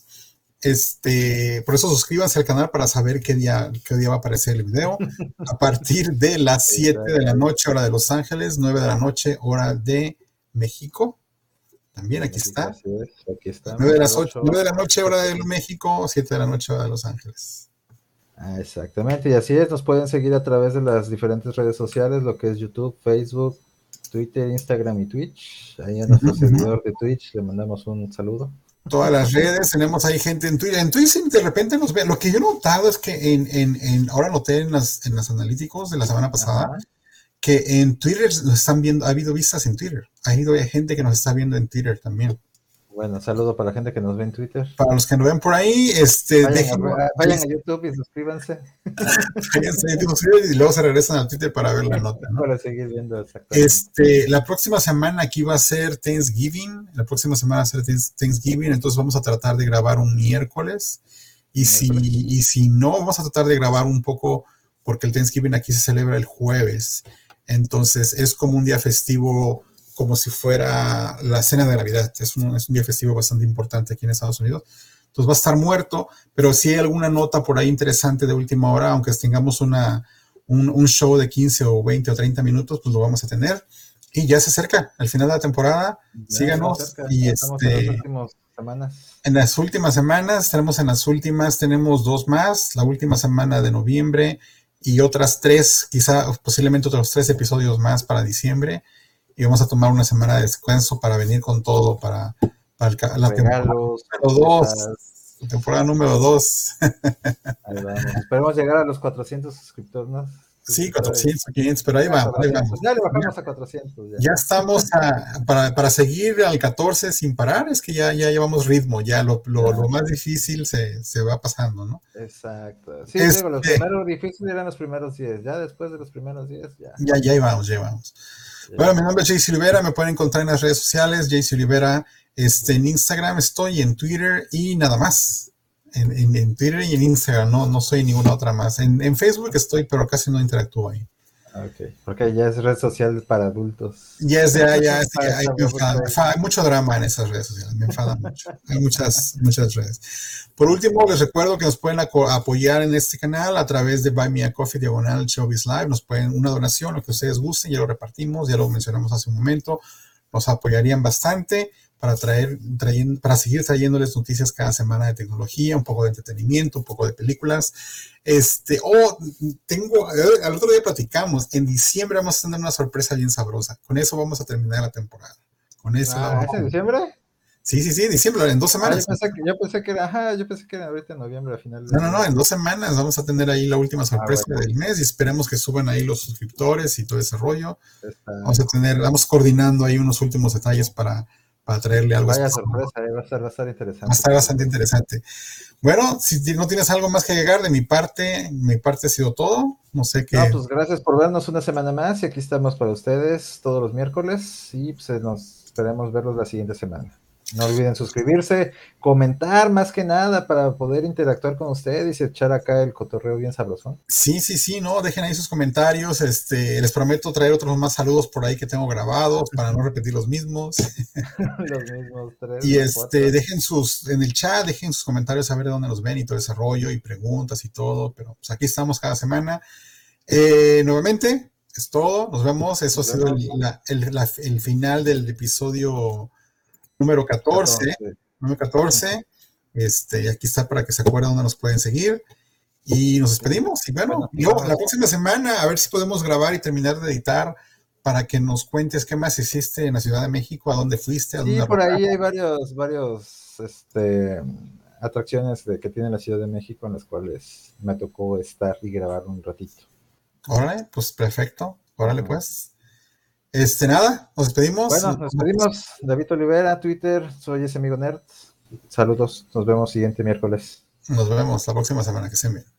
Este, por eso suscríbanse al canal para saber qué día, qué día va a aparecer el video. A partir de las siete de la noche, hora de Los Ángeles, nueve de la noche, hora de México. También aquí está. Así es, aquí está. nueve de, las ocho, nueve de la noche, hora de México, siete de la noche, hora de Los Ángeles. Ah, exactamente, y así es, nos pueden seguir a través de las diferentes redes sociales, lo que es YouTube, Facebook, Twitter, Instagram y Twitch. Ahí a nuestro uh-huh. seguidor de Twitch le mandamos un saludo. Todas las redes, tenemos ahí gente en Twitter. En Twitter de repente nos ve. Lo que yo he notado es que en, en, en ahora noté en las, en las analíticos de la semana pasada, uh-huh. que en Twitter nos están viendo, ha habido vistas en Twitter. Ha habido gente que nos está viendo en Twitter también. Bueno, saludo para la gente que nos ve en Twitter. Para los que nos ven por ahí, este, vayan, dejen, a, vayan a YouTube y suscríbanse. Vayan a YouTube y luego se regresan a Twitter para ver la nota, ¿no? Para seguir viendo exactamente. Este, la próxima semana aquí va a ser Thanksgiving. La próxima semana va a ser Thanksgiving, entonces vamos a tratar de grabar un miércoles. Y si, y si no, vamos a tratar de grabar un poco, porque el Thanksgiving aquí se celebra el jueves. Entonces es como un día festivo, como si fuera la cena de Navidad. Es un, es un día festivo bastante importante aquí en Estados Unidos. Entonces va a estar muerto, pero si hay alguna nota por ahí interesante de última hora, aunque tengamos una, un, un show de quince o veinte o treinta minutos, pues lo vamos a tener. Y ya se acerca al final de la temporada. Ya síganos. Cerca, y este, en las últimas semanas. En las últimas semanas, tenemos en las últimas, tenemos dos más, la última semana de noviembre y otras tres, quizá posiblemente otros tres episodios más para diciembre. Y vamos a tomar una semana de descanso para venir con todo para, para el, la Regalos, temporada número dos. La temporada número dos. Ahí vamos. Esperemos llegar a los cuatrocientos suscriptores, ¿no? Sí, cuatrocientos, quinientos, pero ahí vamos, ahí vamos. Ya le bajamos ya, a cuatrocientos. Ya, ya estamos a, para, para seguir al catorce sin parar, es que ya, ya llevamos ritmo, ya lo, lo, lo más difícil se, se va pasando, ¿no? Exacto. Sí, este, digo, los primeros difíciles eran los primeros diez, ya después de los primeros diez, ya. Ya, ya íbamos, ya íbamos. Ya. Bueno, mi nombre es Jayce Olivera, me pueden encontrar en las redes sociales, Jayce Olivera, este, en Instagram estoy, en Twitter y nada más. En, en, en Twitter y en Instagram, no, no soy ninguna otra más. En, en Facebook estoy, pero casi no interactúo ahí. Ok, porque ya es red social para adultos. Ya es de ya, ya, es de, hay, me enfada, me enfada, hay mucho drama en esas redes sociales, me enfada mucho. Hay muchas, muchas redes. Por último, les recuerdo que nos pueden apoyar en este canal a través de Buy Me a Coffee, diagonal Showbiz Live. Nos pueden una donación, lo que ustedes gusten, ya lo repartimos, ya lo mencionamos hace un momento. Nos apoyarían bastante para traer, trayendo, para seguir trayéndoles noticias cada semana de tecnología, un poco de entretenimiento, un poco de películas. Este, oh, tengo, al otro día platicamos, en diciembre vamos a tener una sorpresa bien sabrosa. Con eso vamos a terminar la temporada. Con eso. Ah, ¿es en diciembre? Sí, sí, sí, en diciembre, en dos semanas. Ah, yo, pensé que, yo pensé que era, ajá, yo pensé que era ahorita en noviembre, a final de No, no, no, en dos semanas vamos a tener ahí la última sorpresa ah, bueno. del mes y esperemos que suban ahí los suscriptores y todo ese rollo. Está. Vamos a tener, vamos coordinando ahí unos últimos detalles para para traerle algo Vaya especial. Sorpresa, va a, estar, va a estar interesante. Va a estar bastante interesante. Bueno, si no tienes algo más que llegar de mi parte, mi parte ha sido todo. No sé qué. No, pues gracias por vernos una semana más y aquí estamos para ustedes todos los miércoles y pues nos esperemos verlos la siguiente semana. No olviden suscribirse, comentar más que nada para poder interactuar con ustedes y echar acá el cotorreo bien sabrosón. Sí, sí, sí, no, dejen ahí sus comentarios, este, les prometo traer otros más saludos por ahí que tengo grabados para no repetir los mismos. Los mismos tres. Y este, cuatro. Dejen sus, en el chat, dejen sus comentarios a ver de dónde nos ven y todo ese rollo y preguntas y todo, pero pues aquí estamos cada semana. Eh, nuevamente, es todo, nos vemos, eso nos ha sido el, la, el, la, el final del episodio número catorce, catorce. Número catorce, este, y aquí está para que se acuerden dónde nos pueden seguir. Y nos despedimos. Y bueno, Bueno, luego, vamos. la próxima semana, a ver si podemos grabar y terminar de editar para que nos cuentes qué más hiciste en la Ciudad de México, a dónde fuiste, a Sí, dónde por ahí rodaste. hay varios, varios, este, atracciones de, que tiene la Ciudad de México en las cuales me tocó estar y grabar un ratito. Órale, pues perfecto. Órale, Ajá. pues. Este, nada, nos despedimos. Bueno, nos despedimos. David Olivera, Twitter, soy ese amigo nerd. Saludos, nos vemos siguiente miércoles. Nos vemos la próxima semana, que se bien.